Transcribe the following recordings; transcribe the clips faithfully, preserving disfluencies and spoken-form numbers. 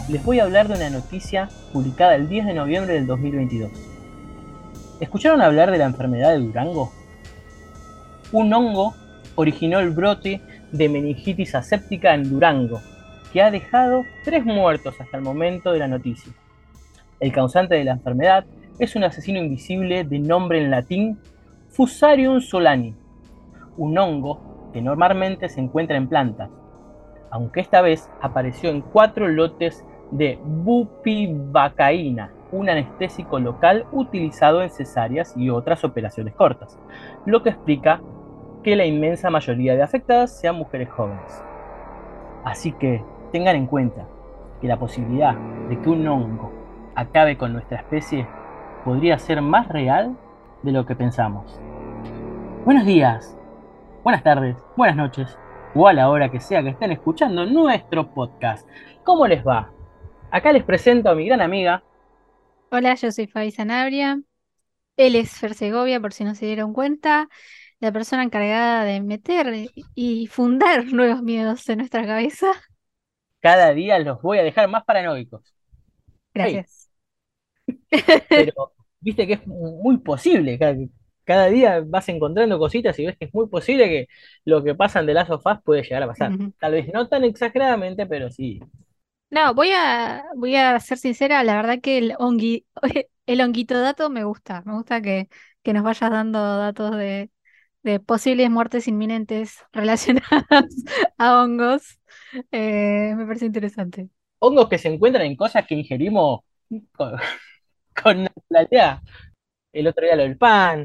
les voy a hablar de una noticia publicada el diez de noviembre del dos mil veintidós. ¿Escucharon hablar de la enfermedad de Durango? Un hongo originó el brote de meningitis aséptica en Durango, que ha dejado tres muertos hasta el momento de la noticia. El causante de la enfermedad es un asesino invisible de nombre en latín Fusarium solani, un hongo que normalmente se encuentra en plantas, aunque esta vez apareció en cuatro lotes de bupivacaína, un anestésico local utilizado en cesáreas y otras operaciones cortas, lo que explica que la inmensa mayoría de afectadas sean mujeres jóvenes. Así que tengan en cuenta que la posibilidad de que un hongo acabe con nuestra especie podría ser más real de lo que pensamos. Buenos días, buenas tardes, buenas noches, o a la hora que sea que estén escuchando nuestro podcast. ¿Cómo les va? Acá les presento a mi gran amiga. Hola, yo soy Fabi Sanabria. Él es Fer Segovia, por si no se dieron cuenta, la persona encargada de meter y y fundar nuevos miedos en nuestra cabeza. Cada día los voy a dejar más paranoicos. Hey, Gracias. pero viste que es muy posible. Cada, cada día vas encontrando cositas y ves que es muy posible que lo que pasa en The Last of Us puede llegar a pasar. Ujú. Tal vez no tan exageradamente, pero sí. No, voy a, voy a ser sincera, la verdad que el hongui, el honguito dato me gusta. Me gusta que, que nos vayas dando datos de, de posibles muertes inminentes relacionadas a hongos. Eh, me parece interesante. Hongos que se encuentran en cosas que ingerimos con, con naturalidad. El otro día lo del pan.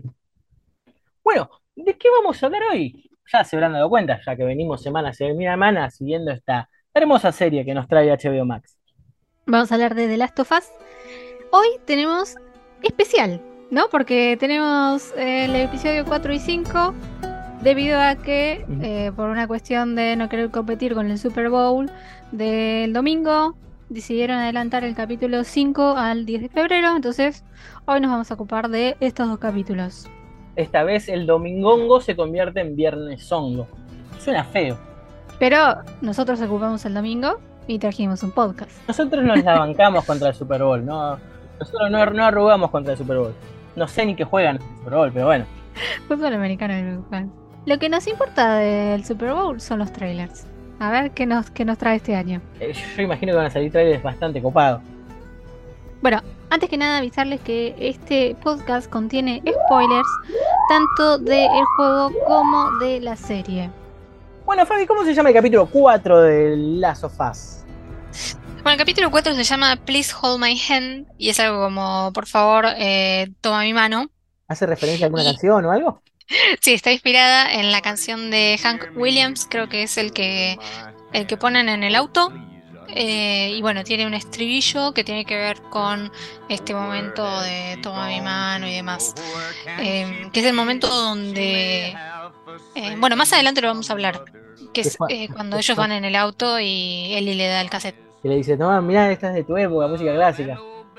Bueno, ¿de qué vamos a hablar hoy? Ya se habrán dado cuenta, ya que venimos semana a semana siguiendo esta hermosa serie que nos trae H B O Max. Vamos a hablar de The Last of Us. Hoy tenemos especial, ¿no? Porque tenemos eh, el episodio cuatro y cinco debido a que Ujú. eh, por una cuestión de no querer competir con el Super Bowl del domingo, decidieron adelantar el capítulo cinco al diez de febrero. Entonces, hoy nos vamos a ocupar de estos dos capítulos. Esta vez el domingongo se convierte en viernesongo. Suena feo. Pero nosotros ocupamos el domingo y trajimos un podcast. Nosotros nos la bancamos contra el Super Bowl, no, nosotros no, no arrugamos contra el Super Bowl. No sé ni qué juegan en el Super Bowl, pero bueno. Fútbol americano y local. Lo que nos importa del Super Bowl son los trailers. A ver qué nos, qué nos trae este año. Eh, yo imagino que van a salir trailers bastante copados. Bueno, antes que nada avisarles que este podcast contiene spoilers tanto del juego como de la serie. Bueno, Fabi, ¿cómo se llama el capítulo cuatro de Last of Us? Bueno, el capítulo cuatro se llama Please Hold My Hand y es algo como, por favor, eh, toma mi mano. ¿Hace referencia a alguna Y canción o algo? sí, está inspirada en la canción de Hank Williams, creo que es el que, el que ponen en el auto. Eh, y bueno, tiene un estribillo que tiene que ver con este momento de toma mi mano y demás. Em, que es el momento donde, eh, bueno, más adelante lo vamos a hablar, que Que, es fue- eh, cuando que ellos fue- van en el auto y Ellie le da el cassette. que le dice, no, mirá, esta es de tu época, música clásica.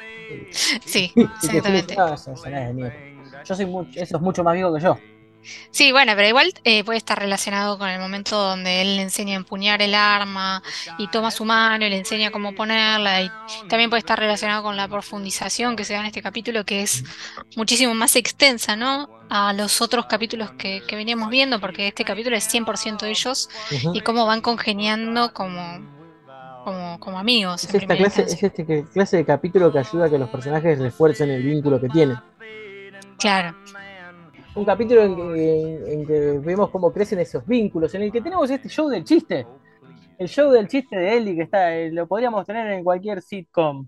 Sí, Y que Philip dice, exactamente. no, eso, eso no es de mi época. Yo soy mucho, eso es mucho más viejo que yo. Sí, bueno, pero igual eh, puede estar relacionado con el momento donde él le enseña a empuñar el arma y toma su mano y le enseña cómo ponerla. Y también puede estar relacionado con la profundización que se da en este capítulo, que es muchísimo más extensa, ¿no? A los otros capítulos que, que veníamos viendo, porque este capítulo es cien por ciento ellos Ujú. y cómo van congeniando como, como, como amigos Es en esta primera clase, es instancia. este que- clase de capítulo que ayuda a que los personajes refuercen el vínculo que tienen. Claro. Un capítulo en que, en- en que vemos cómo crecen esos vínculos, en el que tenemos este show del chiste. El show del chiste de Ellie que está, eh, lo podríamos tener en cualquier sitcom.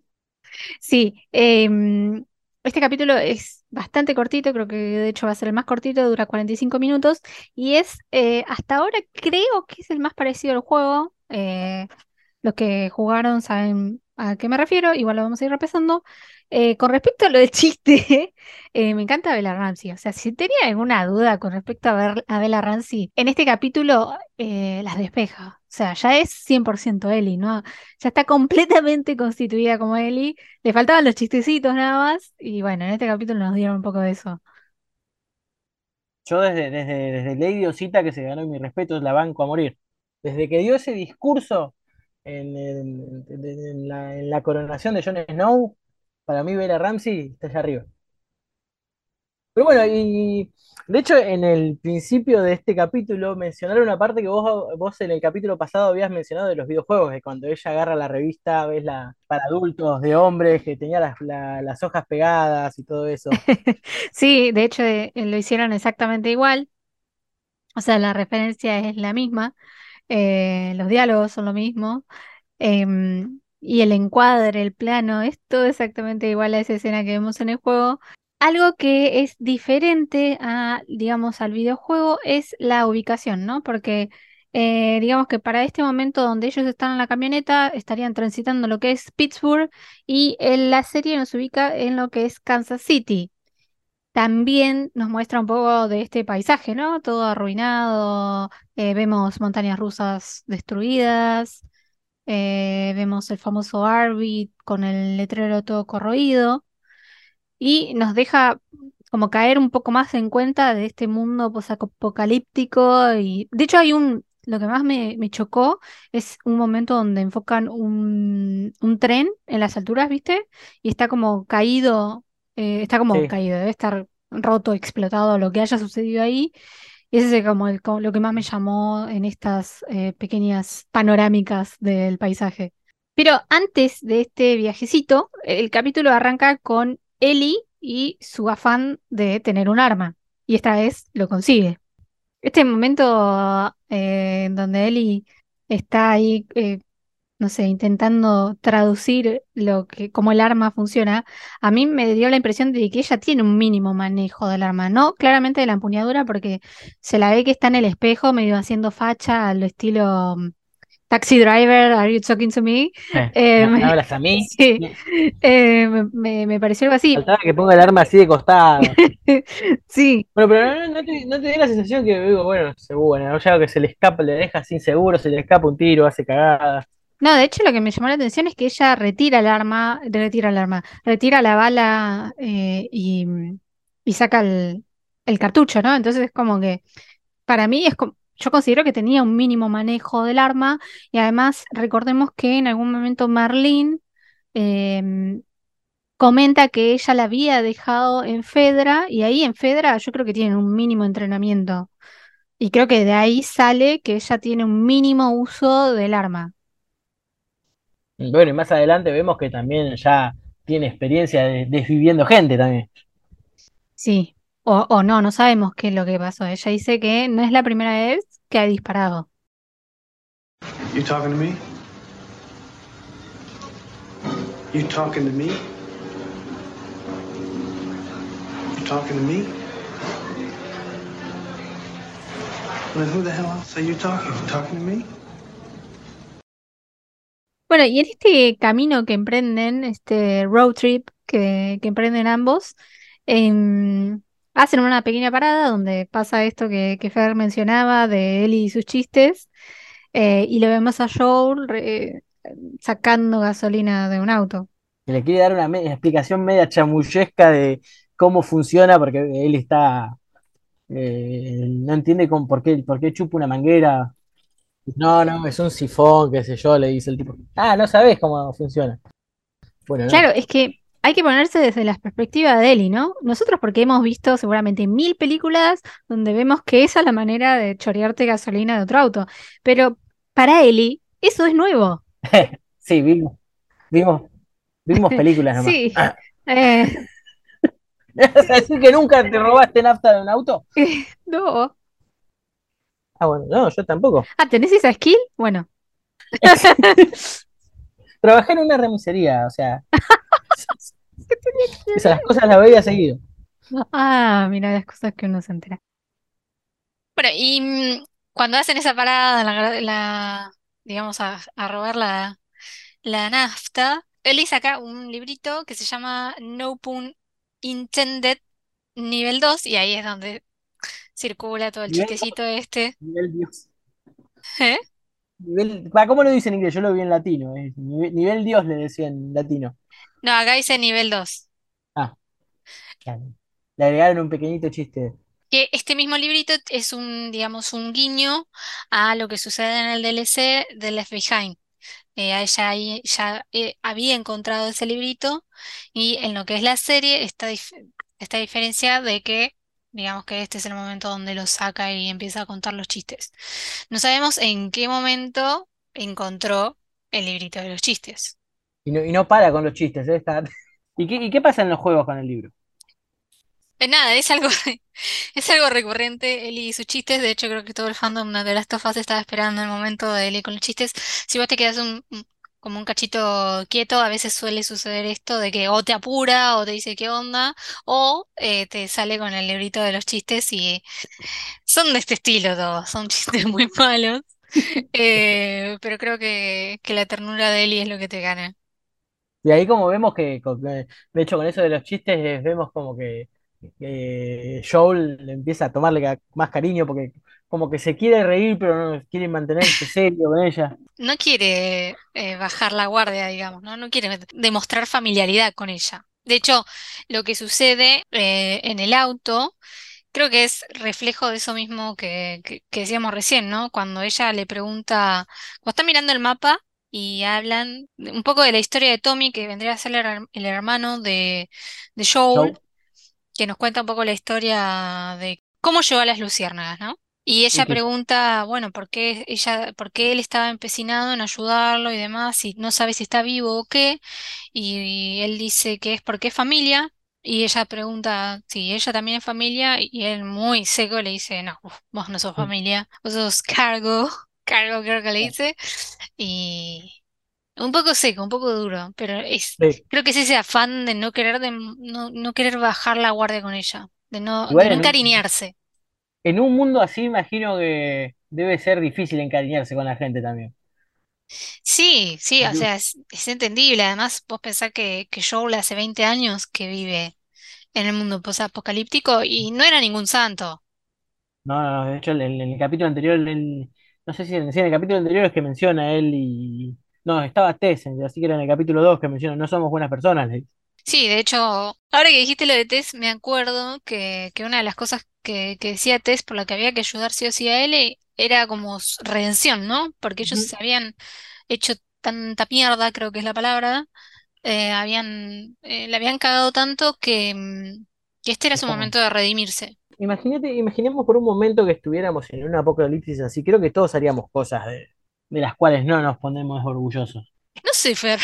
Sí, em, este capítulo es bastante cortito, creo que de hecho va a ser el más cortito, dura cuarenta y cinco minutos y es, eh, hasta ahora creo que es el más parecido al juego. Eh, los que jugaron saben a qué me refiero, igual lo vamos a ir repasando. Eh, con respecto a lo del chiste, eh, me encanta Bella Ramsey. O sea, si tenía alguna duda con respecto a, ver, a Bella Ramsey, en este capítulo eh, las despeja. O sea, ya es cien por ciento Ellie, ¿no? Ya está completamente constituida como Ellie. Le faltaban los chistecitos nada más. Y bueno, en este capítulo nos dieron un poco de eso. Yo desde, desde, desde Lady Osita, que se ganó mi respeto, la banco a morir. Desde que dio ese discurso, en, en- en- en la, en la coronación de Jon Snow, para mí Bella Ramsey está allá arriba. Pero bueno, y de hecho en el principio de este capítulo mencionaron una parte que vos, vos en el capítulo pasado habías mencionado de los videojuegos, de cuando ella agarra la revista, ves la para adultos de hombres, que tenía las, la- las hojas pegadas y todo eso. Sí, de hecho eh, lo hicieron exactamente igual, o sea, la referencia es la misma, eh, los diálogos son lo mismo, em, y el encuadre, el plano, es todo exactamente igual a esa escena que vemos en el juego. Algo que es diferente a, digamos, al videojuego es la ubicación, ¿no? Porque eh, digamos que para este momento donde ellos están en la camioneta, estarían transitando lo que es Pittsburgh y en la serie nos ubica en lo que es Kansas City. También nos muestra un poco de este paisaje, ¿no? Todo arruinado, eh, vemos montañas rusas destruidas, eh, vemos el famoso Arby con el letrero todo corroído y nos deja como caer un poco más en cuenta de este mundo posapocalíptico y de hecho hay un, lo que más me, me chocó es un momento donde enfocan un, un tren en las alturas, ¿viste? Y está como caído, eh, está como Sí. caído, debe estar roto, explotado, lo que haya sucedido ahí. Y ese es como, el- como lo que más me llamó en estas eh, pequeñas panorámicas del paisaje. Pero antes de este viajecito, el capítulo arranca con Ellie y su afán de tener un arma. Y esta vez lo consigue. Este momento eh, en donde Ellie está ahí, eh, no sé, intentando traducir lo que, cómo el arma funciona, a mí me dio la impresión de que ella tiene un mínimo manejo del arma, no claramente de la empuñadura, porque se la ve que está en el espejo, medio haciendo facha al estilo mm, Taxi Driver, Are You Talking to Me? Eh, Eh, ¿me, me me- hablas a mí? sí, eh, me, me- me pareció algo así. Faltaba que ponga el arma así de costado. Sí, Bueno, pero no, no te, no te dio la sensación que digo, bueno, seguro, ¿no? Ya que se le escapa, le deja sin seguro, se le escapa un tiro, hace cagada. no, de hecho lo que me llamó la atención es que ella retira el arma, retira el arma, retira la bala eh, y, y saca el, el cartucho, ¿no? Entonces es como que para mí es como, yo considero que tenía un mínimo manejo del arma y además recordemos que en algún momento Marlene em, comenta que ella la había dejado en Fedra y ahí en Fedra yo creo que tienen un mínimo entrenamiento y creo que de ahí sale que ella tiene un mínimo uso del arma. Bueno, y más adelante vemos que también ya tiene experiencia de, desviviendo gente también. Sí, o, o no, no sabemos qué es lo que pasó. Ella dice que no es la primera vez que ha disparado. You talking to me? You talking to me? You talking to me? Well, then who the hell else are you talking? You talking to me? Bueno, y en este camino que emprenden, este road trip que, que emprenden ambos, em, hacen una pequeña parada donde pasa esto que, que Fer mencionaba de él y sus chistes, eh, y lo vemos a Joel re- sacando gasolina de un auto. Que le quiere dar una me- explicación media chamullesca de cómo funciona, porque él está, eh, no entiende cómo, por qué, por qué chupa una manguera. No, no, es un sifón, qué sé yo, le dice el tipo. Ah, no sabes cómo funciona. Bueno, Claro, no. es que hay que ponerse desde la perspectiva de Ellie, ¿no? Nosotros porque hemos visto seguramente mil películas donde vemos que esa es la manera de chorearte gasolina de otro auto, pero para Ellie eso es nuevo. Sí, vimos, vimos, vimos películas nomás. Sí, eh, ¿Es decir que nunca te robaste nafta de un auto? no. Ah, bueno, no, yo tampoco. Ah, ¿tenés esa skill? Bueno. Trabajé en una remisería, o sea, ¿Qué tenía que esas ver? cosas las veía seguido. Ah, mira las cosas que uno se entera. Bueno, y mm, cuando hacen esa parada, la, la- digamos, a, a robar la, la nafta, Ellie saca un librito que se llama No Pun Intended nivel dos y ahí es donde circula todo el Nivel, chistecito este. nivel Dios. ¿Eh? Nivel, va, ¿cómo lo dice en inglés? Yo lo vi en latino. eh. Nivel, nivel Dios le decía en latino. No, acá dice nivel dos. Ah, claro. Le agregaron un pequeñito chiste. Que este mismo librito es un, digamos, un guiño a lo que sucede en el D L C de Left Behind. eh, a ella ahí ya eh, había encontrado ese librito y en lo que es la serie está dif- esta diferencia de que, digamos que este es el momento donde lo saca y empieza a contar los chistes. No sabemos en qué momento encontró el librito de los chistes. Y no, y no para con los chistes, ¿eh? Está- ¿Y qué, y qué pasa en los juegos con el libro? Eh, Nada, es algo, es algo recurrente, Eli y sus chistes. De hecho, creo que todo el fandom de Last of Us estaba esperando el momento de Eli con los chistes. Si vos te quedas un, un- como un cachito quieto, a veces suele suceder esto de que o te apura o te dice qué onda, o eh, te sale con el librito de los chistes y son de este estilo todos, son chistes muy malos. Eh, pero creo que, que la ternura de Eli es lo que te gana. Y ahí como vemos que, con- de hecho con eso de los chistes, eh, vemos como que eh, Joel le empieza a tomarle ca- más cariño porque como que se quiere reír, pero no quiere mantenerse serio con ella. No quiere eh, bajar la guardia, digamos, ¿no? No quiere demostrar familiaridad con ella. De hecho, lo que sucede eh, en el auto, creo que es reflejo de eso mismo que, que- que decíamos recién, ¿no? Cuando ella le pregunta, cuando está mirando el mapa y hablan de- un poco de la historia de Tommy, que vendría a ser el, her- el hermano de, de Joel, Joel, que nos cuenta un poco la historia de cómo llegó a las luciérnagas, ¿no? Y y ella que pregunta, bueno, ¿por qué ella, por qué él estaba empecinado en ayudarlo y demás, y no sabe si está vivo o qué? Y, él dice que es porque es familia, y ella pregunta si ella también es familia, y él muy seco le dice, no, uf, vos no sos familia, vos sos cargo, cargo creo que le dice, y un poco seco, un poco duro, pero es, sí. creo que es ese afán de no querer de, no, no querer bajar la guardia con ella, de no, de Igual no en un, encariñarse. en un mundo así imagino que debe ser difícil encariñarse con la gente también. Sí, sí, o Porque sea, es, es entendible. Además, vos pensás que, que Joel hace veinte años que vive en el mundo posapocalíptico y no era ningún santo. no, no, no, de hecho, en el, en el capítulo anterior, él- no sé si en, sí, en el capítulo anterior es que menciona él y. No, estaba Tess, así que era en el capítulo dos que menciona, no somos buenas personas, le dice. Sí, de hecho, ahora que dijiste lo de Tess, me acuerdo que, que una de las cosas que, que decía Tess por la que había que ayudar sí o sí a él era como s- redención, ¿no? Porque ellos Ujú. se habían hecho tanta mierda, creo que es la palabra, eh, habían, eh, le habían cagado tanto que, mm, que este era su Está- momento de redimirse. Imagínate, imaginemos por un momento que estuviéramos en un apocalipsis así, creo que todos haríamos cosas de, de las cuales no nos ponemos orgullosos. No sé, Fer,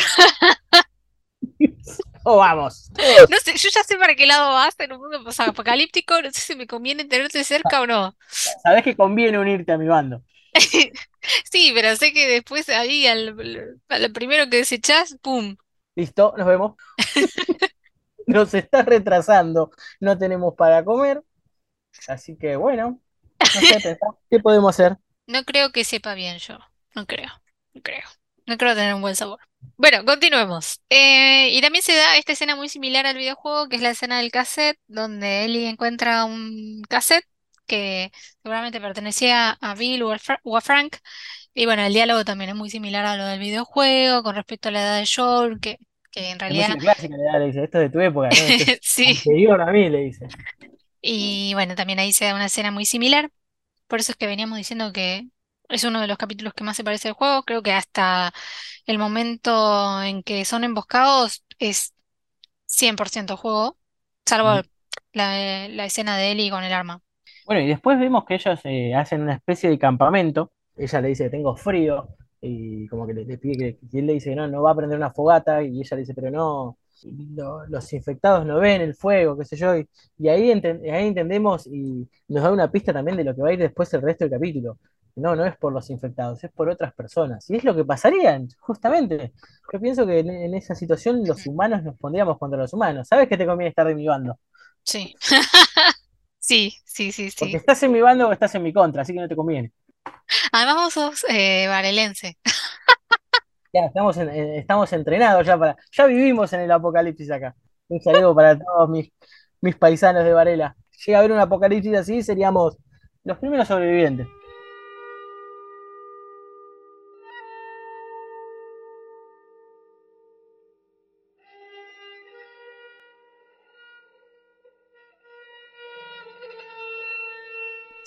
¡Oh, vamos! no Todos. sé, yo ya sé para qué lado vas en un mundo apocalíptico, no sé si me conviene tenerte cerca o no. Sabés que conviene unirte a mi bando. Sí, pero sé que después ahí al, al primero que desechás, ¡pum! Listo, nos vemos. Nos está retrasando, no tenemos para comer, así que bueno, no sé, pensá, ¿qué podemos hacer? No creo que sepa bien yo. No creo. No creo. No creo tener un buen sabor. Bueno, continuemos. Eh, y también se da esta escena muy similar al videojuego, que es la escena del cassette, donde Ellie encuentra un cassette que seguramente pertenecía a Bill o a, Fra- o a Frank. Y bueno, el diálogo también es muy similar a lo del videojuego, con respecto a la edad de Joel, que, que en De realidad música clásica, le da, le dice, esto es de tu época, ¿no? Esto es sí. anterior a mí, le dice. Y bueno, también ahí se da una escena muy similar. Por eso es que veníamos diciendo que es uno de los capítulos que más se parece al juego. Creo que hasta el momento en que son emboscados es cien por ciento juego, salvo Ujú. la, la escena de Ellie con el arma. Bueno, y después vemos que ellos eh, hacen una especie de campamento. Ella le dice que tengo frío, y como que le, le pide que, y él le dice que no, no va a prender una fogata, y ella le dice, pero no, lo- los infectados no ven el fuego, qué sé yo, y, y ahí, enten- ahí entendemos y nos da una pista también de lo que va a ir después el resto del capítulo. No, no es por los infectados, es por otras personas. Y es lo que pasaría, justamente. Yo pienso que en, en esa situación los Ujú. humanos nos pondríamos contra los humanos. ¿Sabes que te conviene estar de mi bando? Sí. Sí, sí, sí, Porque sí. estás en mi bando o estás en mi contra, así que no te conviene. Además vos sos eh, varelense. Ya estamos, en- en- estamos entrenados ya para. Ya vivimos en el apocalipsis acá. Un saludo para todos mis, mis paisanos de Varela. Llega a haber un apocalipsis así, seríamos los primeros sobrevivientes.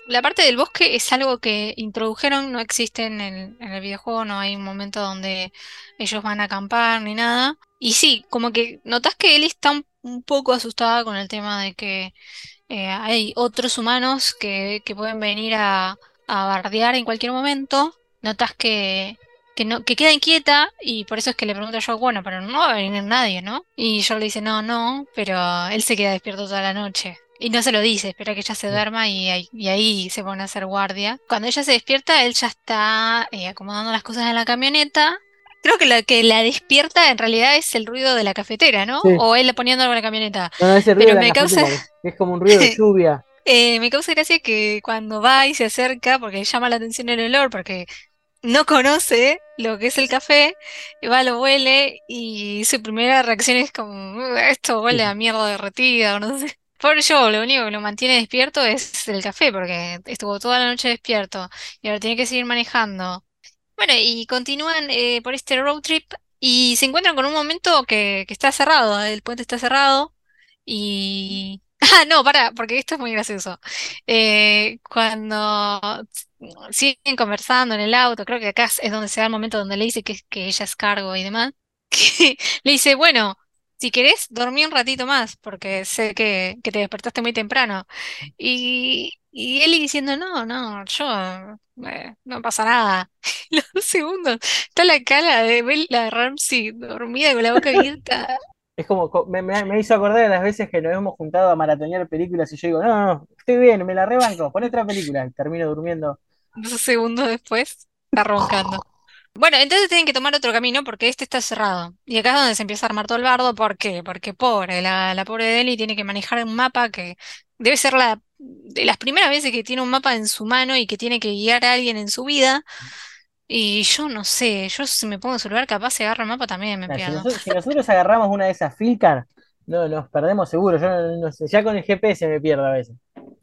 la parte del bosque es algo que introdujeron, no existe en el, en el videojuego, no hay un momento donde ellos van a acampar ni nada. Y sí, como que notas que Ellie está un, un poco asustada con el tema de que eh, hay otros humanos que, que pueden venir a, a bardear en cualquier momento. Notas que, que, no, que queda inquieta y por eso es que le pregunta yo, bueno, pero no va a venir nadie, ¿no? Y yo le dice, no, no, pero él se queda despierto toda la noche. Y no se lo dice, espera que ella se duerma y, ahí- y ahí se pone a hacer guardia. Cuando ella se despierta, él ya está eh, acomodando las cosas en la camioneta. Creo que lo que la despierta en realidad es el ruido de la cafetera, ¿no? Sí, O él poniendo algo en la camioneta. no, no, ese ruido de Pero la me causa, cafetera, que que es como un ruido de lluvia. eh, me causa gracia que cuando va y se acerca, porque llama la atención el olor, porque no conoce lo que es el café, va, lo huele y su primera reacción es como, "Uh, esto huele a mierda derretida o no sé". Por yo, lo único que lo mantiene despierto es el café, porque estuvo toda la noche despierto y ahora tiene que seguir manejando. Bueno, y continúan eh, por este road trip y se encuentran con un momento que, que está cerrado, el puente está cerrado y... Ah, no, para, porque esto es muy gracioso. Eh, cuando siguen conversando en el auto, creo que acá es donde se da el momento donde le dice que, que ella es cargo y demás, que le dice, bueno, si querés, dormí un ratito más, porque sé que, que te despertaste muy temprano. Y, y Eli diciendo, no, no, yo, eh, no pasa nada. Los dos segundos, está la cara de Bella Ramsey dormida con la boca abierta. Es como, co- me, me- me hizo acordar de las veces que nos hemos juntado a maratonear películas y yo digo, no, no, no, estoy bien, me la rebanco, pon otra película. Y termino durmiendo. Dos segundos después, está roncando. Bueno, entonces tienen que tomar otro camino porque este está cerrado. Y acá es donde se empieza a armar todo el bardo. ¿Por qué? Porque pobre, la, la pobre Deli tiene que manejar un mapa que debe ser la de las primeras veces que tiene un mapa en su mano y que tiene que guiar a alguien en su vida. Y yo no sé, yo si me pongo en su lugar, capaz se agarra el mapa también me Nah, si, pierdo. noso- si nosotros agarramos una de esas Filcar, no, nos perdemos seguro. Yo no, no sé, ya con el G P S me pierdo a veces.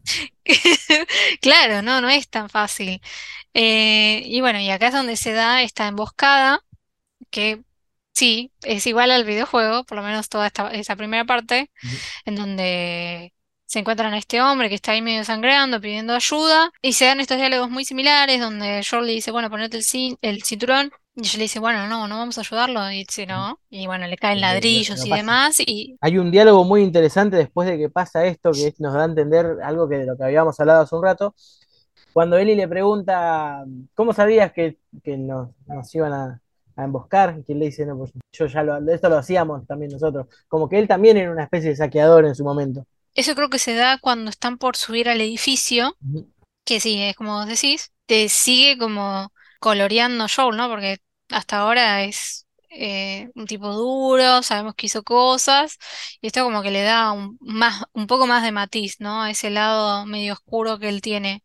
Claro, no, no es tan fácil. Eh, y bueno, y acá es donde se da esta emboscada, que sí, es igual al videojuego, por lo menos toda esta, esa primera parte Ujú. en donde se encuentran a este hombre que está ahí medio sangrando, pidiendo ayuda, y se dan estos diálogos muy similares, donde Joel le dice, bueno, ponete el, cin- el cinturón, y ella le dice, bueno, no, no vamos a ayudarlo, y dice, no, y bueno, le caen Eh, lo- ladrillos lo y pasa. demás, y Hay un diálogo muy interesante después de que pasa esto, que nos da a entender algo que de lo que habíamos hablado hace un rato. Cuando Eli le pregunta, ¿cómo sabías que, que nos, nos iban a, a emboscar? Y que él le dice, no, pues yo ya lo, esto lo hacíamos también nosotros. Como que él también era una especie de saqueador en su momento. eso creo que se da cuando están por subir al edificio, Ujú. que sí, es como vos decís, te sigue como coloreando Joel, ¿no? Porque hasta ahora es eh, un tipo duro, sabemos que hizo cosas, y esto como que le da un, más, un poco más de matiz, ¿no? A ese lado medio oscuro que él tiene.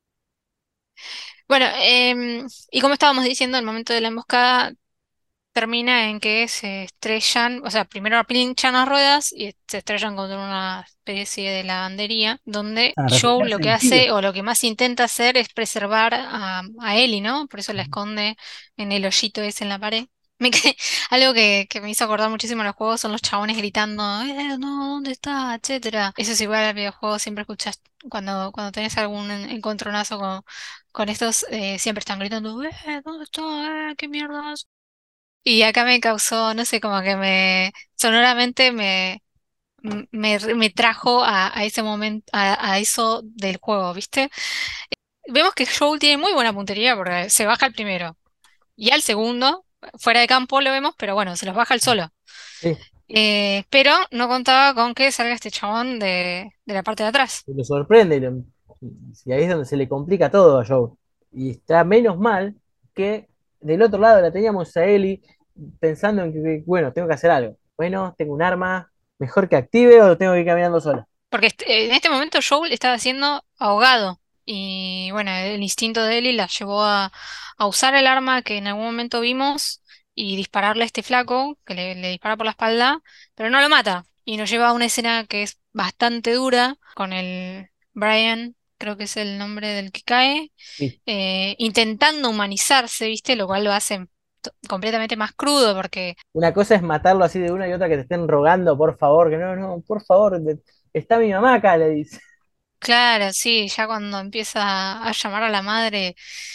Bueno, em, y como estábamos diciendo, el momento de la emboscada termina en que se estrellan, o sea, primero pinchan las ruedas y se estrellan contra una especie de lavandería, donde A Joe lo refugiarse que del frío. hace o lo que más intenta hacer es preservar a, a Ellie, ¿no? Por eso la esconde en el hoyito ese en la pared. Me quedé- algo que, que me hizo acordar muchísimo a los juegos son los chabones gritando, eh, no, ¿dónde está? Etcétera. Eso es igual al videojuego, siempre escuchas, cuando, cuando tenés algún en- encontronazo con, con estos, eh, siempre están gritando, eh, ¿dónde está? Eh, ¿qué mierdas? Y acá me causó, no sé, como que me, sonoramente me, m- me, me trajo a, a ese momento, a, a eso del juego, ¿viste? Vemos que Joel tiene muy buena puntería porque se baja el primero. Y al segundo, fuera de campo lo vemos, pero bueno, se los baja el solo. Sí, Eh, pero no contaba con que salga este chabón de, de la parte de atrás. y lo sorprende. Y, lo- y ahí es donde se le complica todo a Joe. Y está menos mal que del otro lado la teníamos a Ellie pensando en que, que, bueno, tengo que hacer algo. Bueno, tengo un arma, mejor que active o tengo que ir caminando sola. Porque est- en este momento Joel estaba siendo ahogado y bueno, el instinto de Ellie la llevó a, a usar el arma que en algún momento vimos y dispararle a este flaco que le, le dispara por la espalda, pero no lo mata y nos lleva a una escena que es bastante dura con el Brian, creo que es el nombre del que cae, Sí. eh, intentando humanizarse, ¿viste? Lo cual lo hace to- completamente más crudo porque Una cosa es matarlo así de una y otra que te estén rogando, por favor, que no, no, por favor, de- está mi mamá acá, le dice. Claro, sí, ya cuando empieza a llamar a la madre,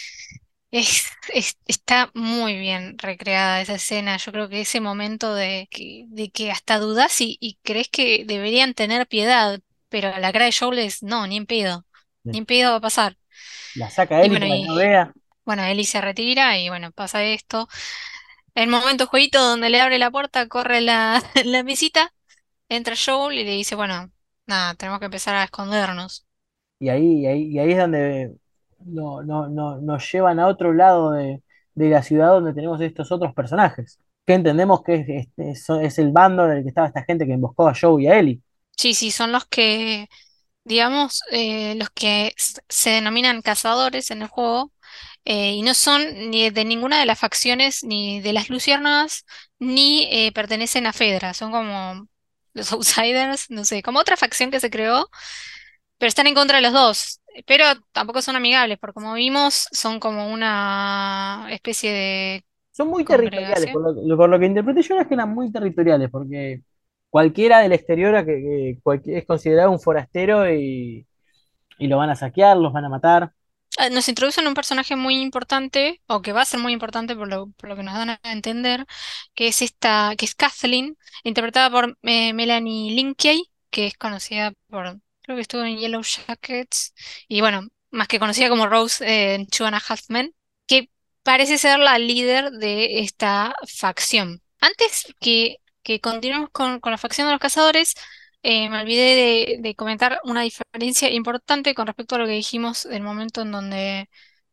es, es- está muy bien recreada esa escena. Yo creo que ese momento de que, de que hasta dudás y, y crees que deberían tener piedad, pero la cara de Joel es, no, ni en pedo, ni en pedo va a pasar. La saca Y Ellie bueno, para que y no vea. bueno, Ellie se retira y bueno, pasa esto. El momento jueguito donde le abre la puerta, corre la, la visita, entra Joel y le dice, bueno, nada, tenemos que empezar a escondernos. Y ahí, y ahí, y ahí es donde no, no, no, nos llevan a otro lado de, de la ciudad donde tenemos estos otros personajes. Que entendemos que es, este, es, es el bando en el que estaba esta gente que emboscó a Joe y a Ellie. Sí, sí, son los que digamos, eh, los que s- se denominan cazadores en el juego, eh, y no son ni de ninguna de las facciones, ni de las luciérnagas, ni eh, pertenecen a Fedra, son como los outsiders, no sé, como otra facción que se creó, pero están en contra de los dos, pero tampoco son amigables, porque como vimos, son como una especie de Son muy territoriales, congregación. por lo, por lo que interpreté yo es que eran muy territoriales, porque cualquiera del exterior a que, que cualquier- es considerado un forastero y, y lo van a saquear, los van a matar. Ah, nos introducen un personaje muy importante, o que va a ser muy importante por lo, por lo que nos dan a entender, que es esta, que es Kathleen, interpretada por eh, Melanie Lynskey, que es conocida por, creo que estuvo en Yellow Jackets, y bueno, más que conocida como Rose eh, en Two and a Half Men, que parece ser la líder de esta facción. Antes que, que continuemos con, con la facción de los cazadores, eh, me olvidé de, de comentar una diferencia importante con respecto a lo que dijimos del momento en donde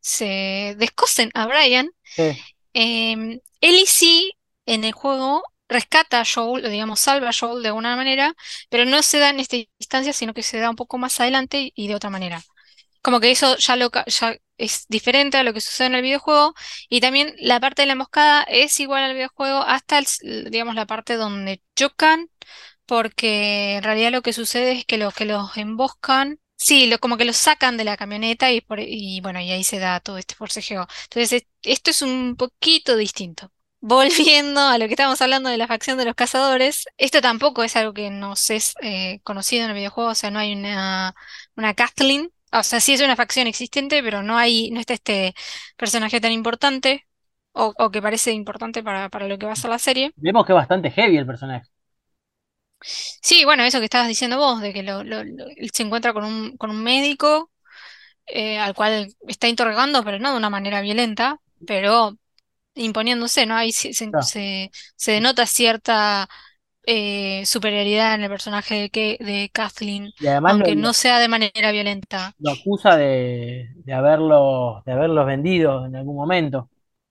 se descosen a Brian. Sí. Em, Ellie sí, en el juego, rescata a Joel, o digamos, salva a Joel de alguna manera, pero no se da en esta instancia, sino que se da un poco más adelante y de otra manera. Como que eso ya, lo, ca- ya es diferente a lo que sucede en el videojuego. Y también la parte de la emboscada es igual al videojuego hasta, el s- digamos, la parte donde chocan, porque en realidad lo que sucede es que los que los emboscan, sí, lo, como que los sacan de la camioneta y, por- y bueno, y ahí se da todo este forcejeo. Entonces, es- esto es un poquito distinto. Volviendo a lo que estábamos hablando de la facción de los cazadores, esto tampoco es algo que nos es eh, conocido en el videojuego, o sea, no hay una, una Kathleen, o sea, sí es una facción existente, pero no hay, no está este personaje tan importante, o, o que parece importante para, para lo que va a ser la serie. Vemos que es bastante heavy el personaje. Sí, bueno, eso que estabas diciendo vos, de que lo- lo- lo- él se encuentra con un, con un médico eh, al cual está interrogando, pero no de una manera violenta, pero imponiéndose, ¿no? Ahí se, se- Claro. se- se denota cierta eh, superioridad en el personaje de, que, de Kathleen, Y además lo, aunque no lo- sea de manera violenta. lo acusa de, de haberlos, de haberlos vendido en algún momento.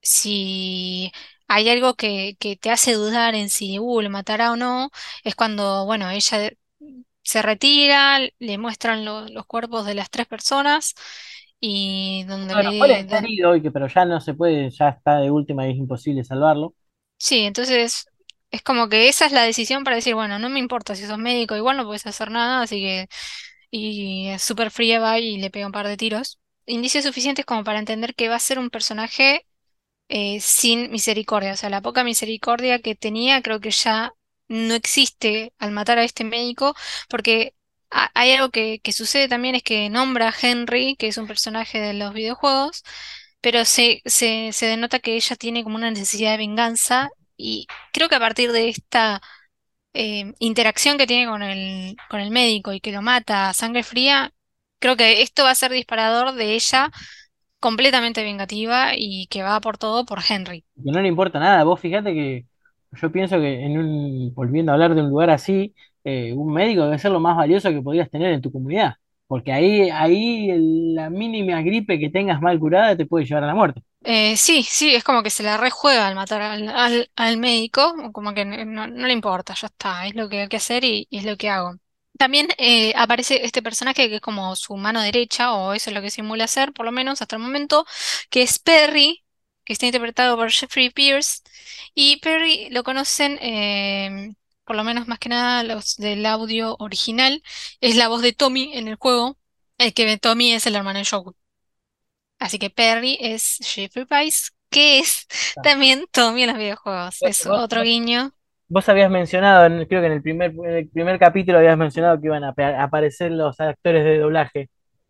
Si hay algo que, que te hace dudar en si uh, lo matará o no, es cuando, bueno, ella se retira, le muestran lo- los cuerpos de las tres personas y donde Bueno, puede le... estar don- herido y que, pero ya no se puede, ya está de última y es imposible salvarlo. Sí, entonces es como que esa es la decisión para decir, bueno, no me importa si sos médico, igual no puedes hacer nada, así que... Y es súper fría va y le pega un par de tiros. Indicios suficientes como para entender que va a ser un personaje eh, sin misericordia. O sea, la poca misericordia que tenía creo que ya no existe al matar a este médico, porque ha- hay algo que, que sucede también, es que nombra a Henry, que es un personaje de los videojuegos, pero se, se, se denota que ella tiene como una necesidad de venganza. Y creo que a partir de esta eh, interacción que tiene con el, con el médico y que lo mata a sangre fría, creo que esto va a ser disparador de ella completamente vengativa y que va por todo por Henry. Que no le importa nada. Vos fíjate que yo pienso que en un, volviendo a hablar de un lugar así, eh, un médico debe ser lo más valioso que podrías tener en tu comunidad. Porque ahí, ahí el- la mínima gripe que tengas mal curada te puede llevar a la muerte. Eh, sí, sí, es como que se la rejuega al matar al, al, al médico, o como que no, no- no le importa, ya está, es lo que hay que hacer y, y es lo que hago. También eh, aparece este personaje que es como su mano derecha, o eso es lo que simula ser, por lo menos hasta el momento, que es Perry, que está interpretado por Jeffrey Pierce. Y Perry lo conocen, eh, por lo menos más que nada los del audio original, es la voz de Tommy en el juego, el que Tommy es el hermano de Joe. Así que Perry es Jeffrey Price, que es Ah. también Tommy en los videojuegos. Eh, Es Vos, otro vos- guiño. Vos habías mencionado, en- creo que en el primer, en el primer capítulo habías mencionado que iban a apa- a aparecer los actores de doblaje.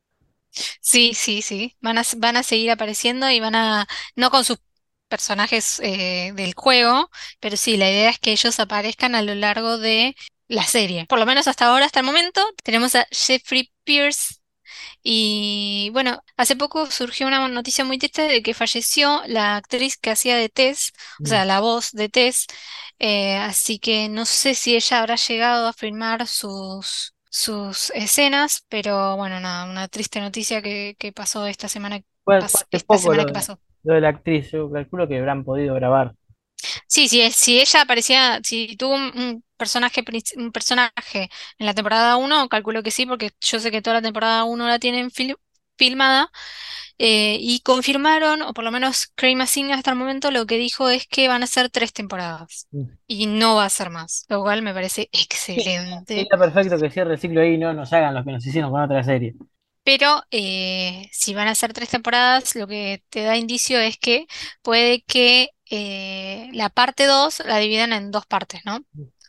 Sí, sí, sí. Van a, van a seguir apareciendo y van a, no con sus personajes eh, del juego, pero sí, la idea es que ellos aparezcan a lo largo de la serie. Por lo menos hasta ahora, hasta el momento, tenemos a Jeffrey Pierce. Y bueno, hace poco surgió una noticia muy triste de que falleció la actriz que hacía de Tess, o Mm. sea, la voz de Tess. Eh, así que no sé si ella habrá llegado a filmar sus, sus escenas, pero bueno, nada, una triste noticia que, que pasó esta semana, Fue, fue pas- hace esta poco semana lo que de, pasó. lo de la actriz, yo calculo que habrán podido grabar. Sí, sí, es- si ella aparecía, si tuvo un, un personaje, princi- un personaje en la temporada uno, calculo que sí, porque yo sé que toda la temporada uno la tienen fil- filmada. Eh, y confirmaron, o por lo menos Craig Mazin hasta el momento lo que dijo es que van a ser tres temporadas Mm. y no va a ser más, lo cual me parece Sí, excelente. sería perfecto que cierre el ciclo ahí y no nos hagan los que nos hicieron con otra serie. Pero eh, si van a ser tres temporadas, lo que te da indicio es que puede que eh, la parte dos la dividan en dos partes, ¿no?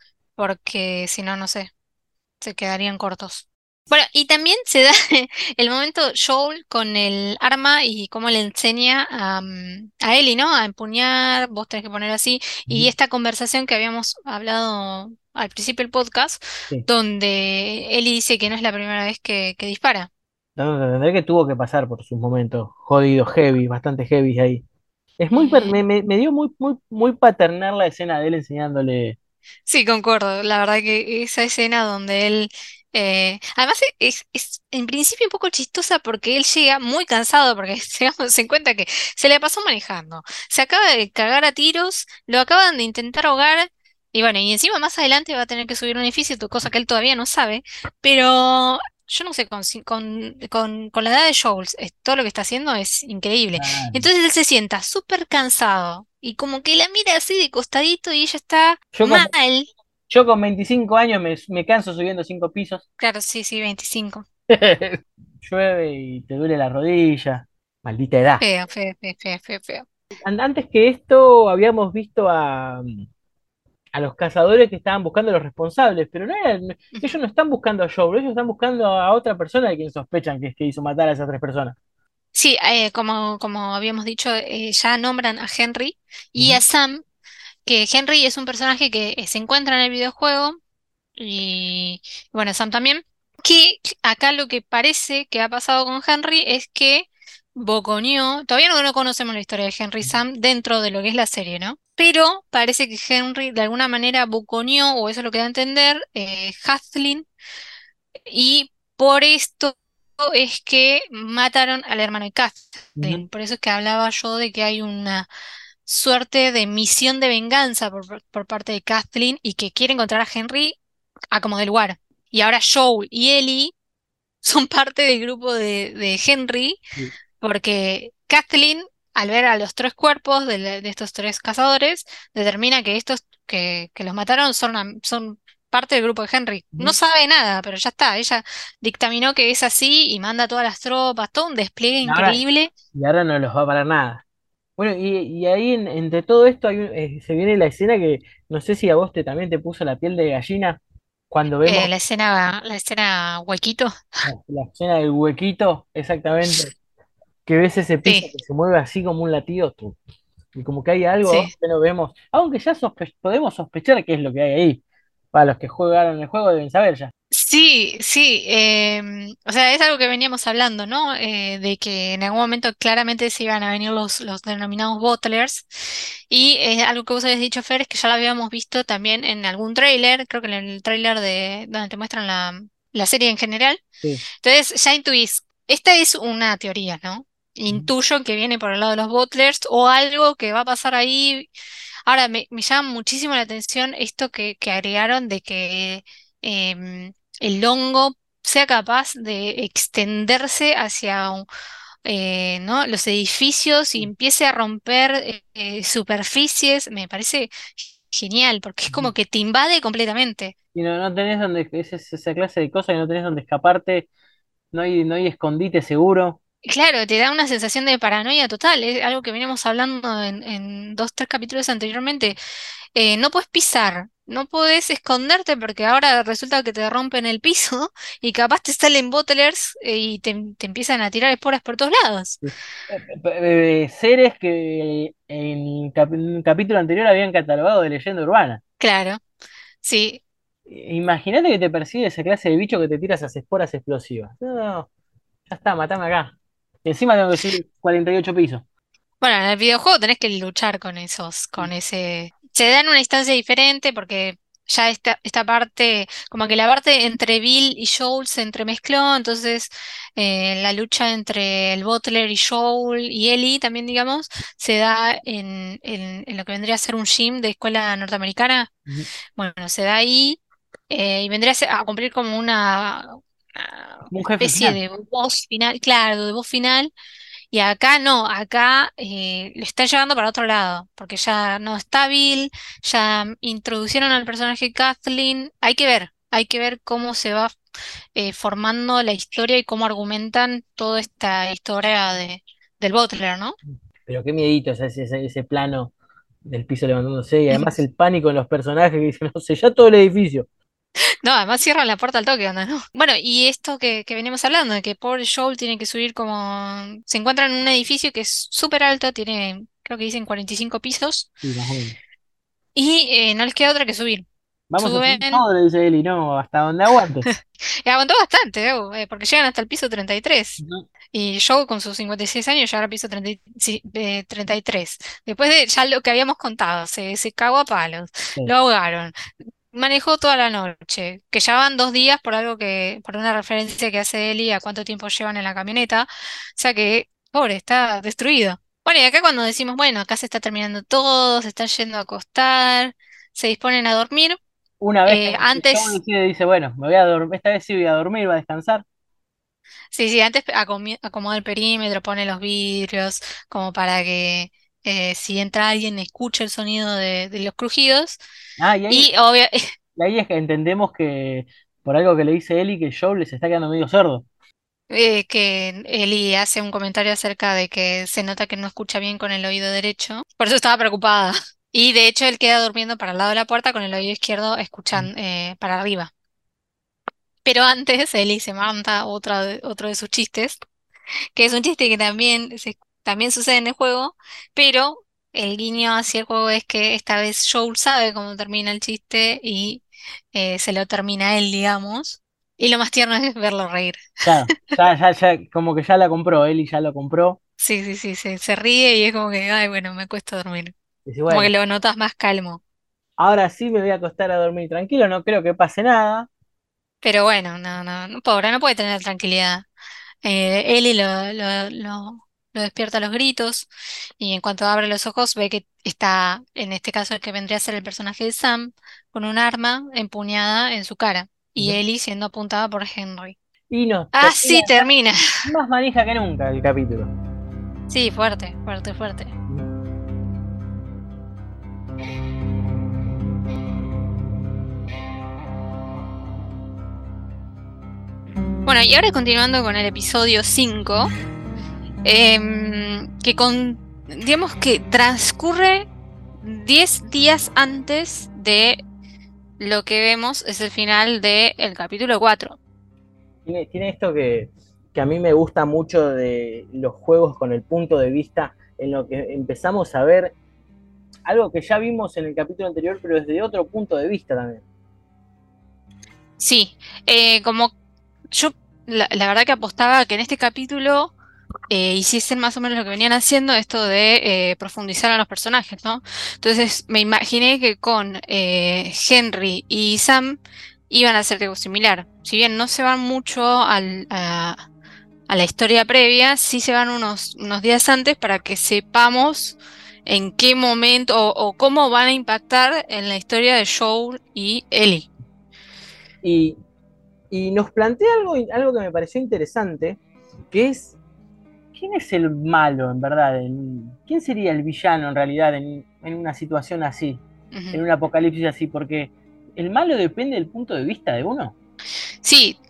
Porque si no, no sé, se quedarían cortos. Bueno, y también se da el momento Joel con el arma y cómo le enseña a, mm, a Ellie, ¿no? A empuñar, vos tenés que poner así. Y Ujú. esta conversación que habíamos hablado al principio del podcast, Sí. donde Ellie dice que no es la primera vez que, que dispara. Tengo que entender que tuvo que pasar por sus momentos jodidos, heavy, bastante heavy ahí. Es muy, per- Eh, me, me- me dio muy, muy, muy paternal la escena de él enseñándole. Sí, concuerdo. La verdad que esa escena donde él, eh, además e- es, es en principio un poco chistosa porque él llega muy cansado porque tengamos en cuenta que se le pasó manejando, se acaba de cagar a tiros, lo acaban de intentar ahogar y bueno, y encima más adelante va a tener que subir un edificio, tu- cosa que él todavía no sabe, pero yo no sé, con, ci- con, con, con la edad de Jules, es- todo lo que está haciendo es increíble. Claro. Entonces él se sienta súper cansado y como que la mira así de costadito y ella está Yo con, mal. yo con veinticinco años me, me canso subiendo cinco pisos. Claro, sí, sí, veinticinco. Llueve y te duele la rodilla. Maldita edad. Feo, feo, feo, feo, feo, feo. An- Antes que esto habíamos visto a, a los cazadores que estaban buscando a los responsables, pero no eran, Ujú. ellos no están buscando a Joel, ellos están buscando a otra persona de quien sospechan que es que hizo matar a esas tres personas. Sí, eh, como, como habíamos dicho, eh, ya nombran a Henry y a Ujú. Sam, que Henry es un personaje que eh, se encuentra en el videojuego y bueno, Sam también, que acá lo que parece que ha pasado con Henry es que boconeó, todavía no, no conocemos la historia de Henry y Sam dentro de lo que es la serie, ¿no? Pero parece que Henry de alguna manera boconeó, o eso es lo que da a entender, eh, Hathlin. Y por esto es que mataron al hermano de Ujú. Kathleen. Por eso es que hablaba yo de que hay una suerte de misión de venganza por, por- por parte de Kathleen y que quiere encontrar a Henry a como de lugar. Y ahora Joel y Ellie son parte del grupo de, de Henry Sí. porque Kathleen, al ver a los tres cuerpos de, la- de estos tres cazadores, determina que estos que, que los mataron son, am- son parte del grupo de Henry. No Ujú. sabe nada, pero ya está. Ella dictaminó que es así y manda a todas las tropas, todo un despliegue Y ahora, increíble. y ahora no los va a parar nada. Bueno, y, y ahí en- entre todo esto hay un- eh, se viene la escena que no sé si a vos te, también te puso la piel de gallina cuando Eh, vemos la escena, la escena huequito. la, la escena del huequito, exactamente, que ves ese piso Sí, que se mueve así como un latido, tu, y como que hay algo sí. abajo que no vemos, aunque ya sospe- podemos sospechar qué es lo que hay ahí. Para los que jugaron el juego deben saber ya. Sí, sí, em, o sea, es algo que veníamos hablando, ¿no? Eh, de que en algún momento claramente se iban a venir los, los denominados bottlers. Y eh, algo que vos habías dicho, Fer, es que ya lo habíamos visto también en algún tráiler, creo que en el tráiler de donde te muestran la, la serie en general. Sí. Entonces, ya intuís, esta es una teoría, ¿no? Ujú. Intuyo que viene por el lado de los bottlers o algo que va a pasar ahí. Ahora, me, me llama muchísimo la atención esto que, que agregaron de que em, el hongo sea capaz de extenderse hacia un- eh, ¿no? los edificios y empiece a romper eh, eh, superficies. Me parece genial porque es Ujú. como que te invade completamente. Y no, no tenés donde, es es esa clase de cosas que no tenés donde escaparte, no hay, no hay escondite seguro. Claro, te da una sensación de paranoia total, es algo que veníamos hablando en, en dos, tres capítulos anteriormente. Eh, no puedes pisar no podés esconderte porque ahora resulta que te rompen el piso y capaz te salen bottlers eh, y te, te empiezan a tirar esporas por todos lados. Eh, eh, seres que en cap- en un capítulo anterior habían catalogado de leyenda urbana. Claro, sí. Imagínate que te persigue esa clase de bicho que te tira esas esporas explosivas. No, no, ya está, matame acá. Y encima tengo que subir cuarenta y ocho pisos. Bueno, en el videojuego tenés que luchar con esos, con ese. Se da en una instancia diferente porque ya esta, esta parte, como que la parte entre Bill y Joel se entremezcló, entonces eh, la lucha entre el Butler y Joel y Ellie también, digamos, se da en, en, en lo que vendría a ser un gym de escuela norteamericana. Ujú. Bueno, se da ahí eh, y vendría a, ser- a cumplir como una, una Como un jefe especie final. de voz final, claro, de voz final y acá no, acá eh, le están llevando para otro lado, porque ya no está Bill, ya introducieron al personaje Kathleen. Hay que ver, hay que ver cómo se va eh, formando la historia y cómo argumentan toda esta historia de, del Butler, ¿no? Pero qué miedito ese, ese, ese plano del piso levantándose y además el pánico en los personajes que dicen, no sé, ya todo el edificio. No, además cierran la puerta al toque, onda, ¿no? Bueno, y esto que, que venimos hablando, de que pobre Joel tiene que subir como. Se encuentra en un edificio que es súper alto, tiene, creo que dicen cuarenta y cinco pisos, Sí, más o menos. y eh, no les queda otra que subir. Vamos a Suben. subir todo, le dice Eli, no, hasta donde aguante. Y aguantó bastante, eh, eh, porque llegan hasta el piso treinta y tres. Ujú. Y Joe con sus cincuenta y seis años llega al piso treinta y- sí, eh, treinta y tres. Después de ya lo que habíamos contado, se, se cagó a palos, Sí. lo ahogaron, manejó toda la noche, que ya van dos días por algo que, por una referencia que hace Eli a cuánto tiempo llevan en la camioneta. O sea que, pobre, está destruido. Bueno, y acá cuando decimos, bueno, acá se está terminando todo, se están yendo a acostar, se disponen a dormir. Una vez que eh, que Joe antes decide, dice, bueno, me voy a dormir, esta vez sí voy a dormir, voy a descansar. Sí, sí, antes acomi- acomoda el perímetro, pone los vidrios, como para que eh, si entra alguien escuche el sonido de, de los crujidos. Ah, y ahí, Y obvio, y ahí es que entendemos que por algo que le dice Eli, que Joe les está quedando medio sordo. eh, que Eli hace un comentario acerca de que se nota que no escucha bien con el oído derecho. Por eso estaba preocupada. Y de hecho él queda durmiendo para el lado de la puerta con el oído izquierdo escuchando eh, para arriba. Pero antes Eli se manda otra de- otro de sus chistes que es un chiste que también, se- también sucede en el juego, pero el guiño hacia el juego es que esta vez Joel sabe cómo termina el chiste y eh, se lo termina él, digamos. Y lo más tierno es verlo reír. Claro, ya, ya, ya, como que ya la compró, Eli ya lo compró. Sí, sí, sí, se, se ríe y es como que, ay, bueno, me cuesta dormir. Dice, Como que bueno, lo notas más calmo. ahora sí me voy a acostar a dormir tranquilo, no creo que pase nada. Pero bueno, no, no, no, pobre, no puede tener tranquilidad. Eh, Ellie lo, lo, lo- lo despierta a los gritos y en cuanto abre los ojos ve que está, en este caso el que vendría a ser el personaje de Sam, con un arma empuñada en su cara y Ujú. Ellie siendo apuntada por Henry. Y nos termina Así ya termina. más manija que nunca el capítulo. Sí, fuerte, fuerte, fuerte. Bueno, y ahora continuando con el episodio cinco, em, que con, digamos que transcurre diez días antes de lo que vemos es el final del capítulo cuatro. Tiene, tiene esto que, que a mí me gusta mucho de los juegos con el punto de vista en lo que empezamos a ver algo que ya vimos en el capítulo anterior, pero desde otro punto de vista también. Sí, eh, como yo la, la verdad que apostaba a que en este capítulo eh, hiciesen más o menos lo que venían haciendo, esto de eh, profundizar a los personajes, ¿no? Entonces me imaginé que con eh, Henry y Sam iban a hacer algo similar. Si bien no se van mucho al, a, a la historia previa, sí se van unos, unos días antes para que sepamos en qué momento o, o cómo van a impactar en la historia de Joel y Ellie. Y, y nos plantea algo, algo que me pareció interesante, que es, ¿quién es el malo en verdad? En- ¿Quién sería el villano en realidad en, en una situación así, Ujú. en un apocalipsis así? Porque el malo depende del punto de vista de uno. Sí,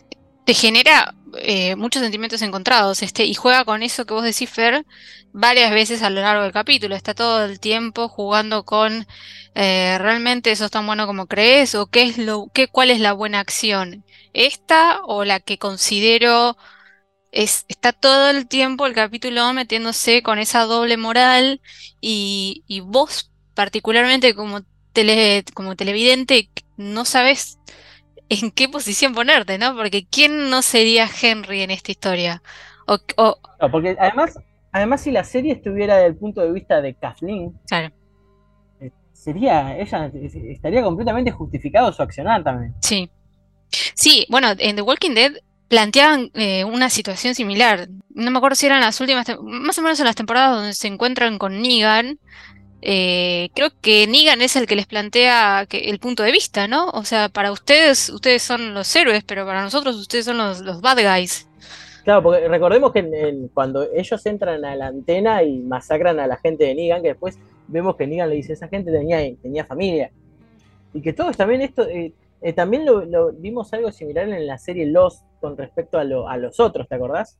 te genera eh, muchos sentimientos encontrados, este, y juega con eso que vos decís, Fer, varias veces a lo largo del capítulo. Está todo el tiempo jugando con eh, ¿realmente sos tan bueno como crees? ¿O qué es lo, qué, cuál es la buena acción? ¿Esta o la que considero es, está todo el tiempo el capítulo metiéndose con esa doble moral y, y vos particularmente como tele, como televidente no sabes en qué posición ponerte, ¿no? Porque ¿quién no sería Henry en esta historia? O, o- No, porque además, además si la serie estuviera desde el punto de vista de Kathleen, claro, eh, sería, ella eh, estaría completamente justificado su accionar también. sí. Sí, bueno, en The Walking Dead planteaban eh, una situación similar. No me acuerdo si eran las últimas, tem- más o menos en las temporadas donde se encuentran con Negan. Eh, creo que Negan es el que les plantea que, el punto de vista, ¿no? O sea, para ustedes, ustedes son los héroes, pero para nosotros ustedes son los, los bad guys. Claro, porque recordemos que en- en- cuando ellos entran a la antena y masacran a la gente de Negan, que después vemos que Negan le dice, esa gente tenía, tenía familia. Y que todos también esto, eh, eh, también lo, lo vimos algo similar en la serie Lost con respecto a, lo, a los otros, ¿te acordás?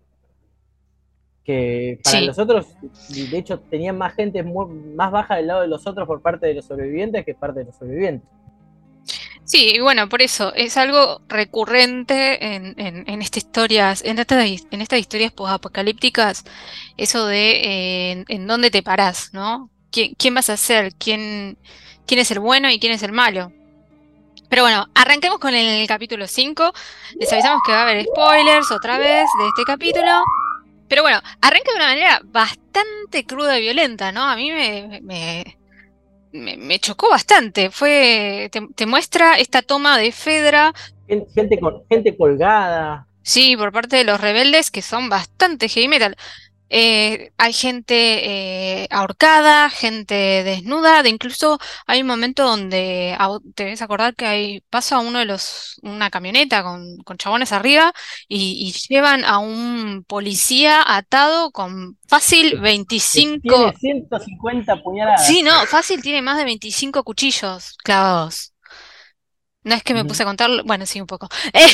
Que para Sí. los otros, de hecho, tenían más gente muy, más baja del lado de los otros por parte de los sobrevivientes que parte de los sobrevivientes. Sí, y bueno, por eso es algo recurrente en, en, en estas historias, en estas, en estas historias posapocalípticas, eso de eh, en, en dónde te parás, ¿no? ¿Quién, quién vas a ser? ¿Quién, quién es el bueno y quién es el malo? Pero bueno, arranquemos con el capítulo cinco. Les avisamos que va a haber spoilers otra vez de este capítulo. Pero bueno, arranca de una manera bastante cruda y violenta, ¿no? A mí me, me, me, me chocó bastante. Fue, te, te muestra esta toma de Fedra, Gente, con, gente colgada. sí, por parte de los rebeldes que son bastante heavy metal. Eh, hay gente eh, ahorcada, gente desnuda, de incluso hay un momento donde a- te debes acordar que hay, pasa uno de los, una camioneta con, con chabones arriba y, y llevan a un policía atado con fácil Que tiene veinticinco. ciento cincuenta puñaladas. Sí, no, fácil tiene más de veinticinco cuchillos clavados. No es que me Ujú. puse a contarlo, bueno, sí, un poco.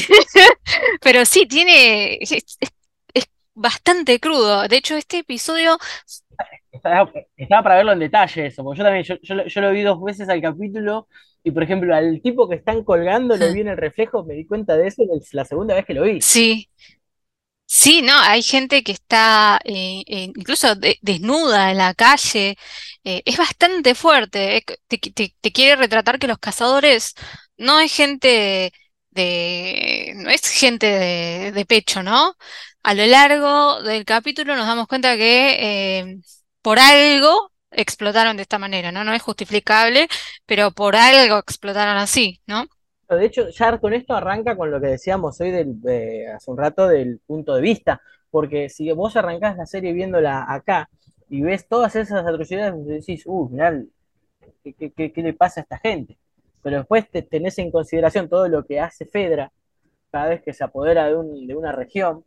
Pero sí, tiene, es, es- es bastante crudo. De hecho, este episodio, Estaba, estaba para verlo en detalle eso, porque yo también, yo, yo, lo- yo lo vi dos veces al capítulo, y por ejemplo, al tipo que están colgando lo vi en el reflejo, me di cuenta de eso en la segunda vez que lo vi. sí, sí, no, hay gente que está eh, eh, incluso de- desnuda en la calle. Eh, es bastante fuerte. eh, Te, te- te quiere retratar que los cazadores no es gente de, no es gente de, de pecho, ¿no? A lo largo del capítulo nos damos cuenta que eh, por algo explotaron de esta manera, ¿no? No es justificable, pero por algo explotaron así, ¿no? De hecho, ya con esto arranca con lo que decíamos hoy del, eh, hace un rato del punto de vista, porque si vos arrancás la serie viéndola acá y ves todas esas atrocidades, decís, uh, mirá, ¿qué, qué, qué, qué le pasa a esta gente? Pero después te, tenés en consideración todo lo que hace Fedra cada vez que se apodera de, un, de una región,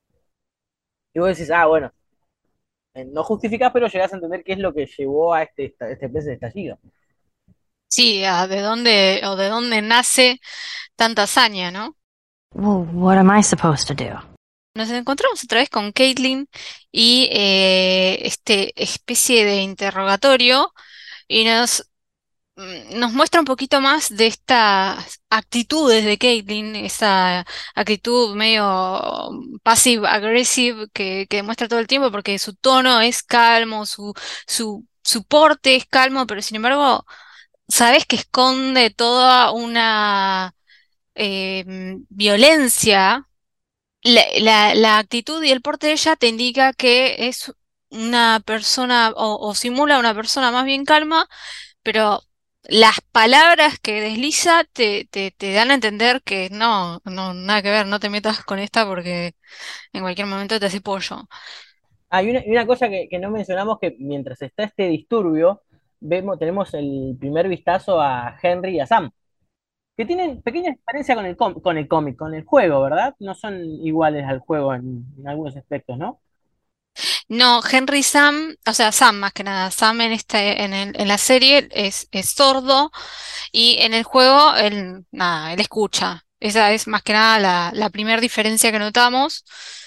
y vos decís, ah, bueno, eh, no justificás, pero llegás a entender qué es lo que llevó a este, esta- este especie de estallido. Sí, a de dónde o de dónde nace tanta hazaña, ¿no? Well, what am I supposed to do? Nos encontramos otra vez con Caitlin y eh, este especie de interrogatorio y nos, mm, nos muestra un poquito más de estas actitudes de Caitlin, esa actitud medio passive-aggressive que, que demuestra todo el tiempo porque su tono es calmo, su, su, su porte es calmo, pero sin embargo, sabes que esconde toda una em, violencia. La, la- la actitud y el porte de ella te indica que es una persona o, o simula una persona más bien calma, pero las palabras que desliza te, te, te dan a entender que no, no, nada que ver, no te metas con esta porque en cualquier momento te hace pollo. Hay una, y una cosa que, que no mencionamos, que mientras está este disturbio, vemos, tenemos el primer vistazo a Henry y a Sam, que tienen pequeña diferencia con el, com- con el cómic, con el juego, ¿verdad? No son iguales al juego en, en algunos aspectos, ¿no? No, Henry Sam, o sea, Sam más que nada, Sam en este, en el- en la serie es, es sordo y en el juego él, nada, él escucha. Esa es más que nada la, la primera diferencia que notamos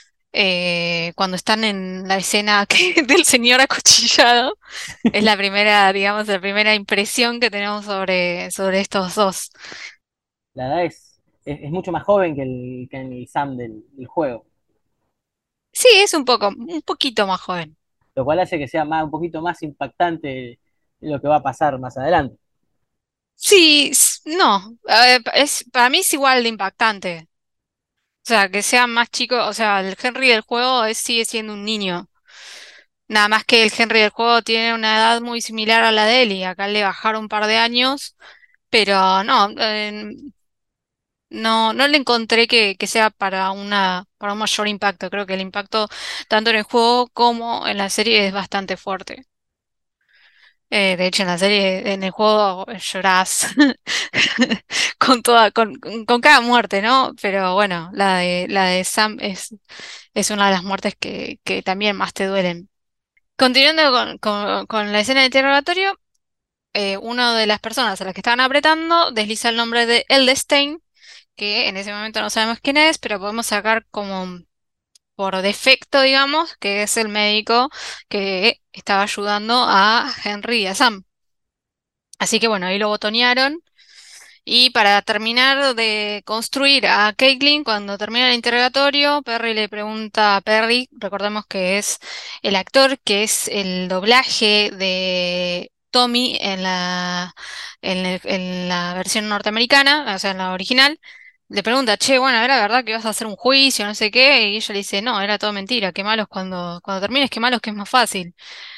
eh, cuando están en la escena que- del señor acuchillado. Es la primera, digamos, la primera impresión que tenemos sobre, sobre estos dos. La edad es, es, es mucho más joven que el, que el Sam del, del juego, Sí, es un poco, un poquito más joven. lo cual hace que sea más, un poquito más impactante lo que va a pasar más adelante. Sí, s- no, eh, es, para mí es igual de impactante. O sea, que sea más chico, o sea, el Henry del juego es- sigue siendo un niño. Nada más que el Henry del juego tiene una edad muy similar a la de él y acá le bajaron un par de años, pero no, eh, no, no le encontré que, que sea para una, para un mayor impacto. Creo que el impacto tanto en el juego como en la serie es bastante fuerte. Eh, de hecho, en la serie, en el juego llorás con toda, con, con con cada muerte, ¿no? Pero bueno, la de, la de Sam es, es una de las muertes que, que también más te duelen. Continuando con, con- con la escena de interrogatorio, eh, una de las personas a las que estaban apretando desliza el nombre de Eldestein, que en ese momento no sabemos quién es, pero podemos sacar como por defecto, digamos, que es el médico que estaba ayudando a Henry y a Sam. Así que bueno, ahí lo botonearon. Y para terminar de construir a Caitlyn, cuando termina el interrogatorio, Perry le pregunta a Perry, recordemos que es el actor que es el doblaje de Tommy en la, en el- en la versión norteamericana, o sea, en la original. Le pregunta, che, bueno, ¿era verdad que ibas a hacer un juicio, no sé qué? Y ella le dice, no, era todo mentira, qué malos cuando, cuando termines, qué malos que es más fácil.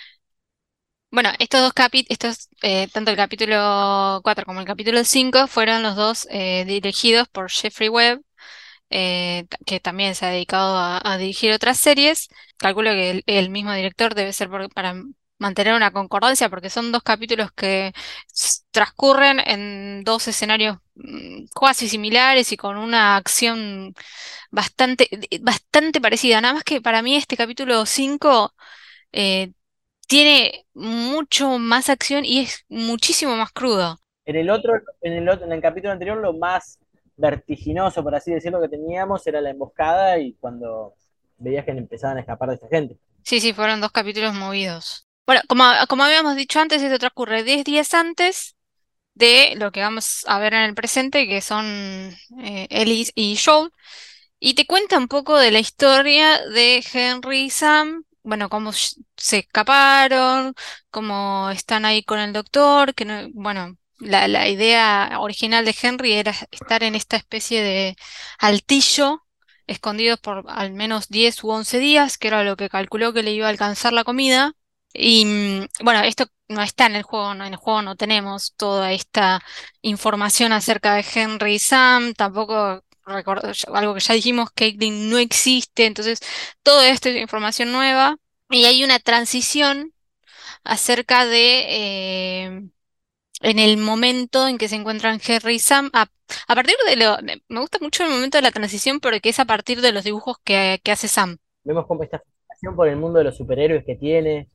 Bueno, estos dos capítulos, estos, eh, tanto el capítulo cuatro como el capítulo cinco fueron los dos eh, dirigidos por Jeffrey Webb, eh, ta- que también se ha dedicado a, a dirigir otras series. Calculo que el, el mismo director debe ser por- para mantener una concordancia, porque son dos capítulos que s- transcurren en dos escenarios mm, cuasi similares y con una acción bastante, bastante parecida. Nada más que para mí este capítulo cinco eh, tiene mucho más acción y es muchísimo más crudo. En el otro, en el otro, en el capítulo anterior, lo más vertiginoso, por así decirlo, que teníamos era la emboscada y cuando veías que empezaban a escapar de esta gente. Sí, sí, fueron dos capítulos movidos. Bueno, como, como habíamos dicho antes, esto transcurre diez días antes de lo que vamos a ver en el presente, que son eh, Ellie y Joel. Y te cuenta un poco de la historia de Henry y Sam, bueno, cómo sh- se escaparon, cómo están ahí con el doctor, que no, bueno, la, la idea original de Henry era estar en esta especie de altillo, escondidos por al menos diez u once días, que era lo que calculó que le iba a alcanzar la comida. Y mm, bueno, esto no está en el juego, no, en el juego no tenemos toda esta información acerca de Henry y Sam, tampoco recor- algo que ya dijimos, Caitlyn no existe, entonces todo esto es información nueva y hay una transición acerca de eh, en el momento en que se encuentran Henry y Sam, a, a partir de lo, me me gusta mucho el momento de la transición porque es a partir de los dibujos que, que hace Sam. Vemos como esta fascinación por el mundo de los superhéroes que tiene.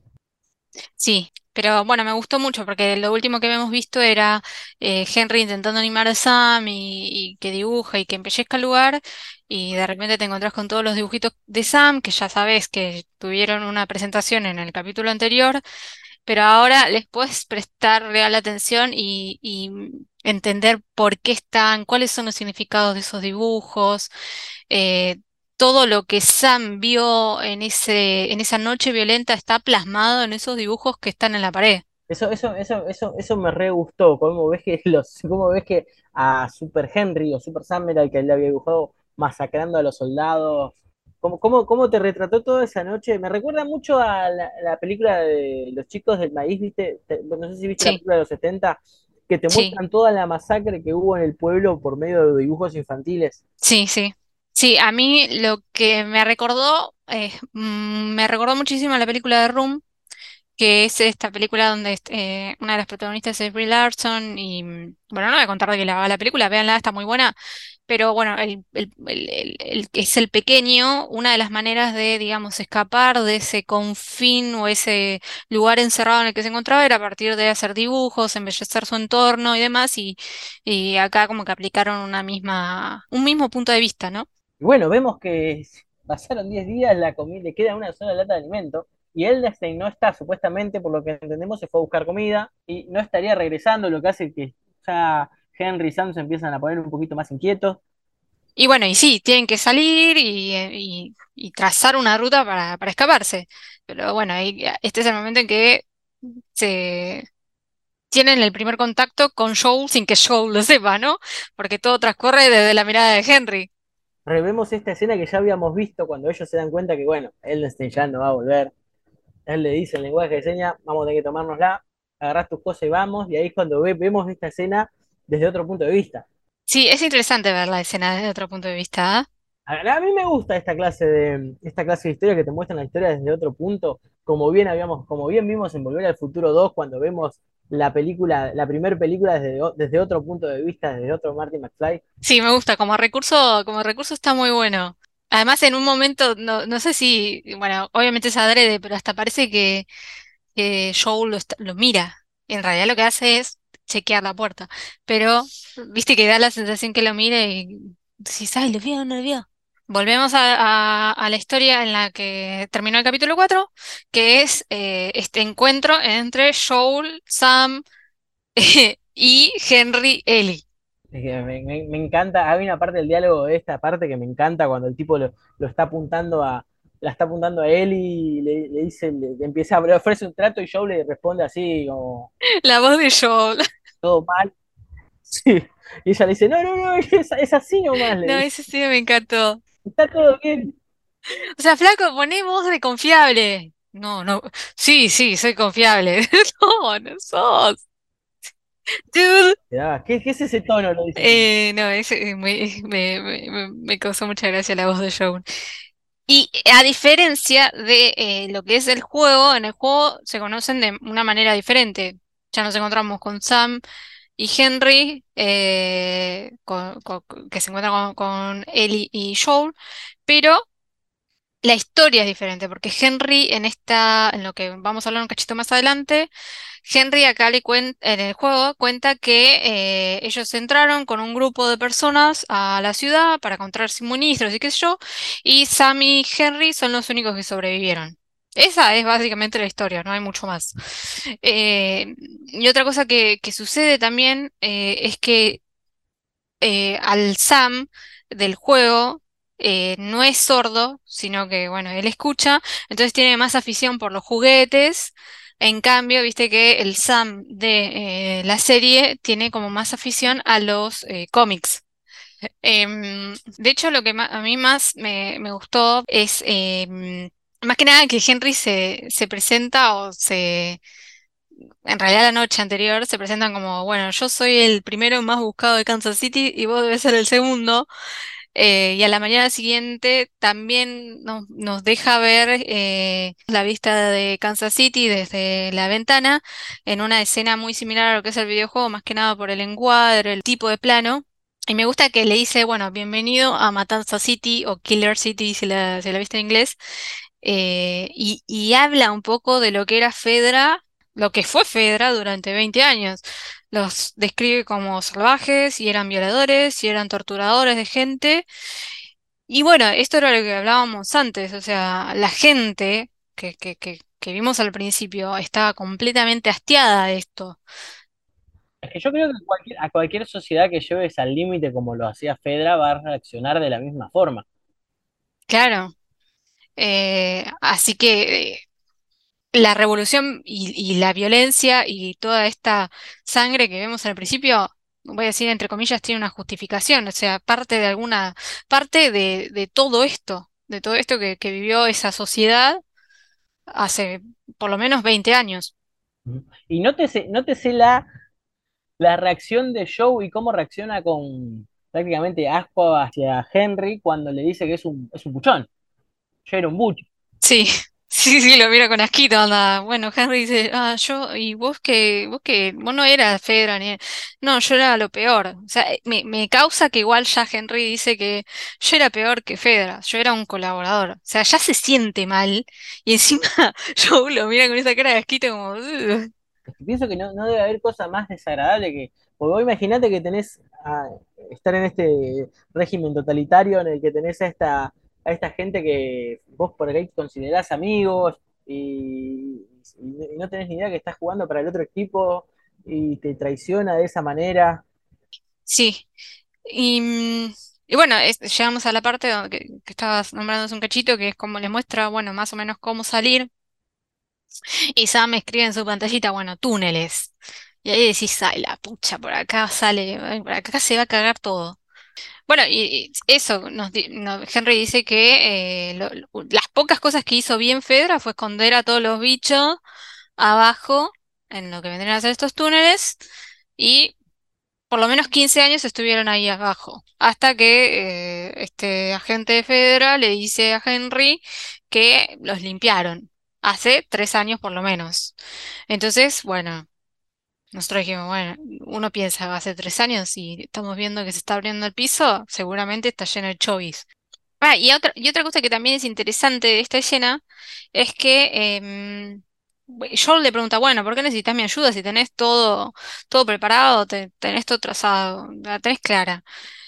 Sí, pero bueno, me gustó mucho porque lo último que habíamos visto era eh, Henry intentando animar a Sam y, y que dibuja y que embellezca el lugar y de repente te encontrás con todos los dibujitos de Sam, que ya sabes que tuvieron una presentación en el capítulo anterior, pero ahora les puedes prestar real atención y, y entender por qué están, cuáles son los significados de esos dibujos, eh, todo lo que Sam vio en ese, en esa noche violenta está plasmado en esos dibujos que están en la pared. Eso, eso, eso, eso, eso me re gustó. Cómo ves que los, cómo ves que a Super Henry o Super Sam era el que le había dibujado masacrando a los soldados. ¿Cómo, cómo, cómo te retrató toda esa noche? Me recuerda mucho a la, la película de Los chicos del maíz, ¿viste? Te- no sé si viste la Sí, película de los setenta que te sí, muestran toda la masacre que hubo en el pueblo por medio de dibujos infantiles. sí, sí. Sí, a mí lo que me recordó, eh, mm, me recordó muchísimo a la película de Room, que es esta película donde eh, una de las protagonistas es Brie Larson y, mm, bueno, no voy a contar de qué la va la película, véanla, está muy buena, pero bueno, el, el, el, el- el que es el pequeño, una de las maneras de, digamos, escapar de ese confín o ese lugar encerrado en el que se encontraba era a partir de hacer dibujos, embellecer su entorno y demás, y, y acá como que aplicaron una misma, un mismo punto de vista, ¿no? Y bueno, vemos que pasaron diez días, la comida, le queda una sola lata de alimento, y Eldestein no está, supuestamente, por lo que entendemos, se fue a buscar comida, y no estaría regresando, lo que hace que ya Henry y Sam se empiezan a poner un poquito más inquietos. Y bueno, y sí, tienen que salir y, eh, y- y trazar una ruta para, para escaparse. Pero bueno, ahí, eh, este es el momento en que se tienen el primer contacto con Joel sin que Joel lo sepa, ¿no? Porque todo transcurre desde la mirada de Henry. Revemos esta escena que ya habíamos visto cuando ellos se dan cuenta que, bueno, Eldestein ya no va a volver. Él le dice en lenguaje de señas, vamos a tener que tomárnosla, agarrás tus cosas y vamos, y ahí es cuando ve- vemos esta escena desde otro punto de vista. Sí, es interesante ver la escena desde otro punto de vista, ¿ah? A, a mí me gusta esta clase de esta clase de historia que te muestran la historia desde otro punto, como bien habíamos, como bien vimos en Volver al Futuro dos cuando vemos la película, la primera película desde, o- desde otro punto de vista, desde otro Marty McFly. Sí, me gusta, como recurso, como recurso está muy bueno. Además, en un momento, no, no sé si, bueno, obviamente es adrede, pero hasta parece que que Joel lo, está- lo mira. En realidad lo que hace es chequear la puerta. Pero, viste que da la sensación que lo mira y decís, ay, ¿lo vio o no lo vio? Volvemos a, a- a la historia en la que terminó el capítulo cuatro, que es eh, este encuentro entre Joel, Sam y Henry Ellie. Es que Me, me- me encanta, hay una parte del diálogo de esta parte que me encanta cuando el tipo lo, lo está apuntando a, la está apuntando a él y le, le dice, le, le empieza, le ofrece un trato y Joe le responde así como La voz de Joel. todo mal. Sí. Y ella le dice, no, no, no, es, es así nomás, le No, dice, ese sí me encantó. está todo bien. O sea, flaco, poné voz de confiable. No, no. Sí, sí, soy confiable. No, no sos. Dude. Ah, ¿qué, ¿qué es ese tono? Lo dice. Eh, no, es, eh, muy- me, me, me- me causó mucha gracia la voz de Joan. Y a diferencia de eh, lo que es el juego, en el juego se conocen de una manera diferente. Ya nos encontramos con Sam y Henry, eh, con- con- que se encuentran con, con Ellie y Joel, pero la historia es diferente, porque Henry en esta, en lo que vamos a hablar un cachito más adelante, Henry acá le cuenta, en el juego cuenta que eh, ellos entraron con un grupo de personas a la ciudad para encontrar suministros y qué sé yo, y Sam y Henry son los únicos que sobrevivieron. Esa es básicamente la historia, no hay mucho más. Eh, y otra cosa que, que sucede también eh, es que eh, al Sam del juego eh, no es sordo, sino que, bueno, él escucha, entonces tiene más afición por los juguetes. En cambio, viste que el Sam de eh, la serie tiene como más afición a los eh, cómics. Em, de hecho, lo que ma- a mí más me, me gustó es, em, más que nada, que Henry se, se presenta o se en realidad la noche anterior se presentan como, bueno, yo soy el primero más buscado de Kansas City y vos debes ser el segundo. Eh, y a la mañana siguiente también nos, nos deja ver eh, la vista de Kansas City desde la ventana en una escena muy similar a lo que es el videojuego, más que nada por el encuadre, el tipo de plano. Y me gusta que le dice, bueno, bienvenido a Matanza City o Killer City si la, si la viste en inglés. Eh, y, y habla un poco de lo que era Fedra, lo que fue Fedra durante veinte años. Los describe como salvajes y eran violadores y eran torturadores de gente. Y bueno, esto era lo que hablábamos antes, o sea, la gente que, que, que, que vimos al principio estaba completamente hastiada de esto. Es que yo creo que cualquier- a cualquier sociedad que lleves al límite como lo hacía Fedra va a reaccionar de la misma forma. Claro. Eh, así que eh, la revolución y, y la violencia y toda esta sangre que vemos al principio, voy a decir entre comillas, tiene una justificación, o sea, parte de alguna, parte de, de todo esto, de todo esto que, que vivió esa sociedad hace por lo menos veinte años. Y nótese, nótese la, la reacción de Joe y cómo reacciona con prácticamente asco hacia Henry cuando le dice que es un, es un buchón. Yo era un bucho. Sí, Sí, sí, lo mira con asquito, anda. Bueno, Henry dice, ah, yo, y vos que, vos que, vos no eras Fedra, ni... No, yo era lo peor. O sea, eh, me, me causa que igual ya Henry dice que yo era peor que Fedra, yo era un colaborador. O sea, ya se siente mal, y encima Joe lo mira con esa cara de asquito como, "Ugh". Es que pienso que no, no debe haber cosa más desagradable que. Porque vos imaginate que tenés a estar en este régimen totalitario en el que tenés a esta, a esta gente que vos por ahí considerás amigos y, y no tenés ni idea que estás jugando para el otro equipo y te traiciona de esa manera. Sí. Y, mm, y bueno, es- llegamos a la parte donde, que, que estabas nombrando hace un cachito, que es como les muestra, bueno, más o menos cómo salir. Y Sam escribe en su pantallita, bueno, túneles. Y ahí decís, ay, la pucha, por acá sale, ay, por acá se va a cagar todo. Bueno, y, y eso, nos, di- no- Henry dice que eh, lo- lo- las pocas cosas que hizo bien Fedra fue esconder a todos los bichos abajo, en lo que vendrían a ser estos túneles, y por lo menos quince años estuvieron ahí abajo, hasta que eh, este agente de Fedra le dice a Henry que los limpiaron, hace tres años por lo menos. Entonces, bueno, nosotros dijimos, bueno, uno piensa, hace tres años y estamos viendo que se está abriendo el piso, seguramente está lleno de chovis. Ah, y otra, y otra cosa que también es interesante de esta escena es que em, bu- Joel le pregunta, bueno, ¿por qué necesitas mi ayuda si tenés todo, todo preparado, te- tenés todo trazado, la tenés clara?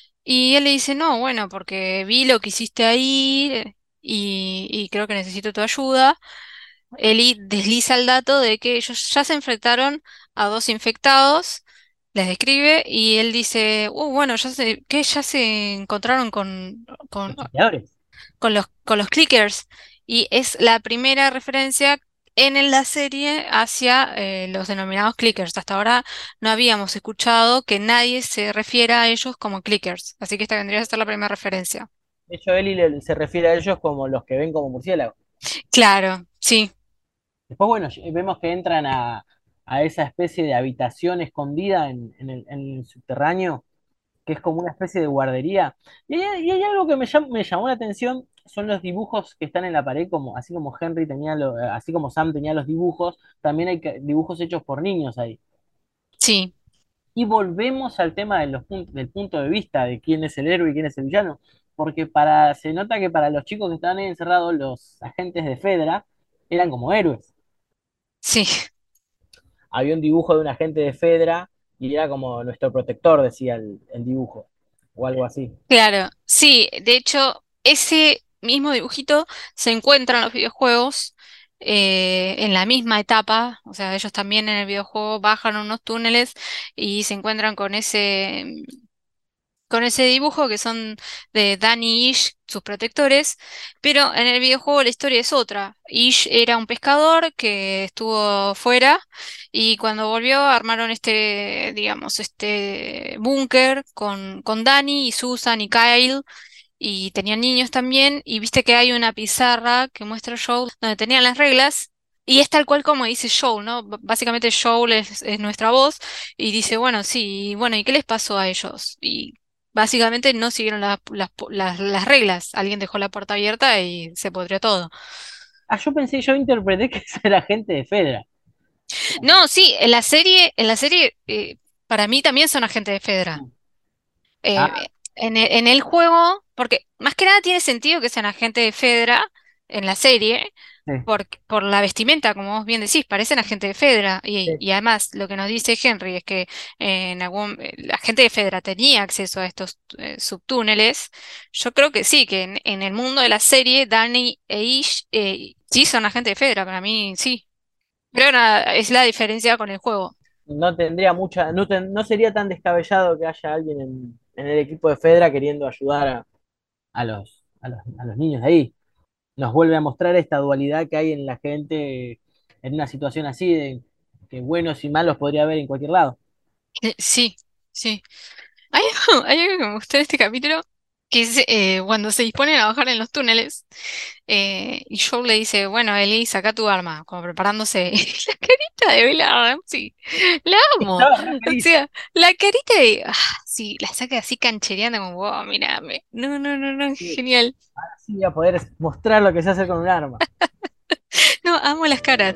Y él le dice, no, bueno, porque vi lo que hiciste ahí eh, y, y creo que necesito tu ayuda. Ellie desliza el dato de que ellos ya se enfrentaron a dos infectados, les describe y él dice, uh, bueno, ya se, que ya se encontraron con, con, Los chequeadores. con los, con los clickers y es la primera referencia en el- la serie hacia eh, los denominados clickers. Hasta ahora no habíamos escuchado que nadie se refiera a ellos como clickers, así que esta vendría a ser la primera referencia. De hecho, Eli le- se refiere a ellos como los que ven como murciélagos. Claro, sí, Después, bueno, vemos que entran a, a esa especie de habitación escondida en, en el, en el subterráneo, que es como una especie de guardería. Y hay, y hay algo que me, llam- me llamó la atención, son los dibujos que están en la pared, como, así como Henry tenía, lo- así como Sam tenía los dibujos, también hay que- dibujos hechos por niños ahí. sí, Y volvemos al tema de los pun- del punto de vista de quién es el héroe y quién es el villano, porque para, se nota que para los chicos que estaban ahí encerrados, los agentes de Fedra eran como héroes. sí. Había un dibujo de un agente de Fedra y era como nuestro protector, decía el, el dibujo, o algo así. Claro, sí, de hecho, ese mismo dibujito se encuentra en los videojuegos eh, en la misma etapa, o sea, ellos también en el videojuego bajan unos túneles y se encuentran con ese, con ese dibujo que son de Danny y Ish, sus protectores, pero en el videojuego la historia es otra. Ish era un pescador que estuvo fuera y cuando volvió armaron este, digamos, este búnker con, con Danny y Susan y Kyle y tenían niños también y viste que hay una pizarra que muestra Joel donde tenían las reglas. Y es tal cual como dice Joel, ¿no? B- Básicamente Joel es, es nuestra voz y dice, bueno, sí, y bueno, ¿y qué les pasó a ellos? Y básicamente no siguieron la- las, pu- las, las reglas. Alguien dejó la puerta abierta y se podrió todo. Ah, yo pensé, yo interpreté que era agente de Fedra. No, sí, en la serie, en la serie, eh, para mí también son agentes de Fedra. Ah, eh, en el, en el juego, porque más que nada tiene sentido que sean agentes de Fedra en la serie, sí, por, por la vestimenta, como vos bien decís, parecen agentes de Fedra. Y, sí. y además, lo que nos dice Henry es que eh, en algún, eh, la gente de Fedra tenía acceso a estos eh, subtúneles. Yo creo que sí, que en, en el mundo de la serie, Danny e Ish eh, sí son agentes de Fedra, para mí sí. Pero nada, es la diferencia con el juego. No tendría mucha, no, ten- no sería tan descabellado que haya alguien en, en el equipo de Fedra queriendo ayudar a, a los, a los, a los niños de ahí. Nos vuelve a mostrar esta dualidad que hay en la gente en una situación así, de que buenos y malos podría haber en cualquier lado. Eh, Sí, sí. Hay algo, hay algo que me gustó de este capítulo, que es eh, cuando se disponen a bajar en los túneles, eh, y Joel le dice, bueno, Ellie, saca tu arma, como preparándose. Y la carita de Bella Ramsey, la amo. Estaba re O feliz. sea, la carita de, ah, sí, la saca así canchereando, como, wow, mírame. No, no, no, no, Sí, genial. así voy a poder mostrar lo que se hace con un arma. No, amo las caras.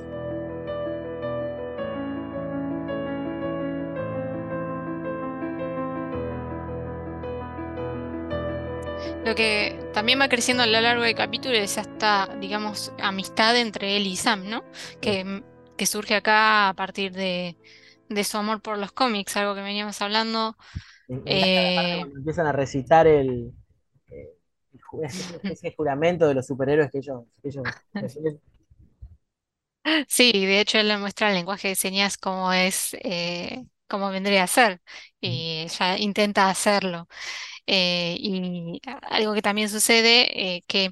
Lo que también va creciendo a lo largo del capítulo es esta, digamos, amistad entre él y Sam, ¿no? Sí. Que, que surge acá a partir de, de su amor por los cómics, algo que veníamos hablando. Me, me encanta la parte Eh, cuando empiezan a recitar el, eh, el ju- ese, ese juramento de los superhéroes que ellos, que ellos reciben. Sí, de hecho él le muestra el lenguaje de señas como es, eh, como vendría a ser, y ella intenta hacerlo. Eh, y a- algo que también sucede, eh, que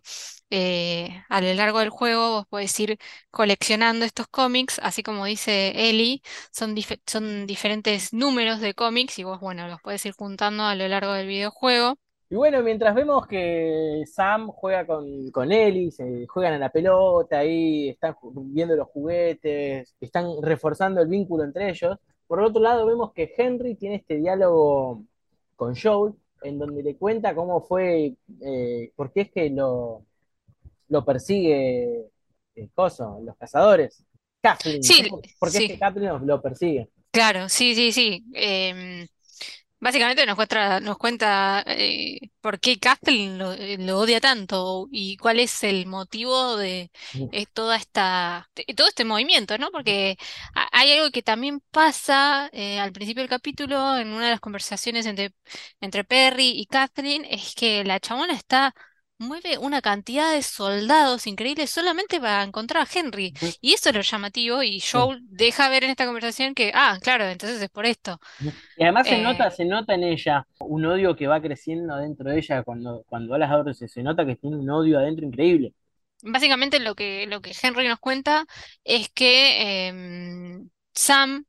eh, a lo largo del juego vos podés ir coleccionando estos cómics, así como dice Ellie, son, dife- son diferentes números de cómics y vos, bueno, los podés ir juntando a lo largo del videojuego. Y bueno, mientras vemos que Sam juega con, con Ellie, se juegan a la pelota, ahí están ju- viendo los juguetes, están reforzando el vínculo entre ellos. Por el otro lado, vemos que Henry tiene este diálogo con Joel, en donde le cuenta cómo fue, eh, por qué es que lo, lo persigue el coso, los cazadores. Kathleen, Sí, ¿cómo- ¿por qué es que sí, Kathleen lo, lo persigue? claro, sí, sí, sí. Em, Básicamente nos cuenta, nos cuenta eh, por qué Castle lo, eh, lo odia tanto y cuál es el motivo de eh, toda esta, de todo este movimiento, ¿no? Porque ha- hay algo que también pasa eh, al principio del capítulo, en una de las conversaciones entre, entre Perry y Catherine, es que la chabona está, mueve una cantidad de soldados increíbles solamente para encontrar a Henry. Y eso es lo llamativo, y Joel deja ver en esta conversación que, ah, claro, entonces es por esto. Y además se Eh, nota, se nota en ella un odio que va creciendo dentro de ella cuando, cuando hablas de se, se nota que tiene un odio adentro increíble. Básicamente lo que, lo que Henry nos cuenta es que em, Sam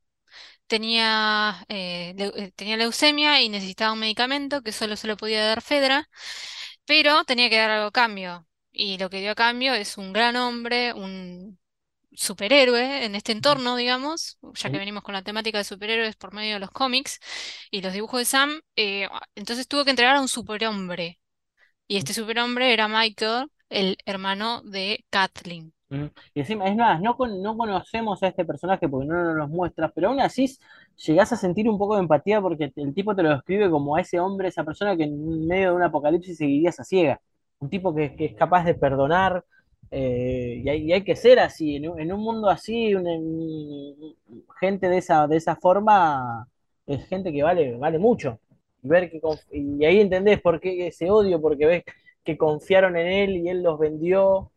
tenía, eh, leu- eh, tenía leucemia y necesitaba un medicamento que solo se lo podía dar Fedra, pero tenía que dar algo a cambio. Y lo que dio a cambio es un gran hombre, un superhéroe en este entorno, digamos, ya que venimos con la temática de superhéroes por medio de los cómics y los dibujos de Sam, eh, entonces tuvo que entregar a un superhombre. Y este superhombre era Michael, el hermano de Kathleen. Mm. Y encima, es más, no, con- no conocemos a este personaje porque no nos lo muestras, pero aún así llegás a sentir un poco de empatía porque el tipo te lo describe como a ese hombre, esa persona que en medio de un apocalipsis seguirías a ciega. Un tipo que, que es capaz de perdonar, eh, y, hay, y hay que ser así. En un, en un mundo así, un- un- gente de esa, de esa forma es gente que vale, vale mucho. Y, ver que, conf- y ahí entendés por qué ese odio, porque ves que confiaron en él y él los vendió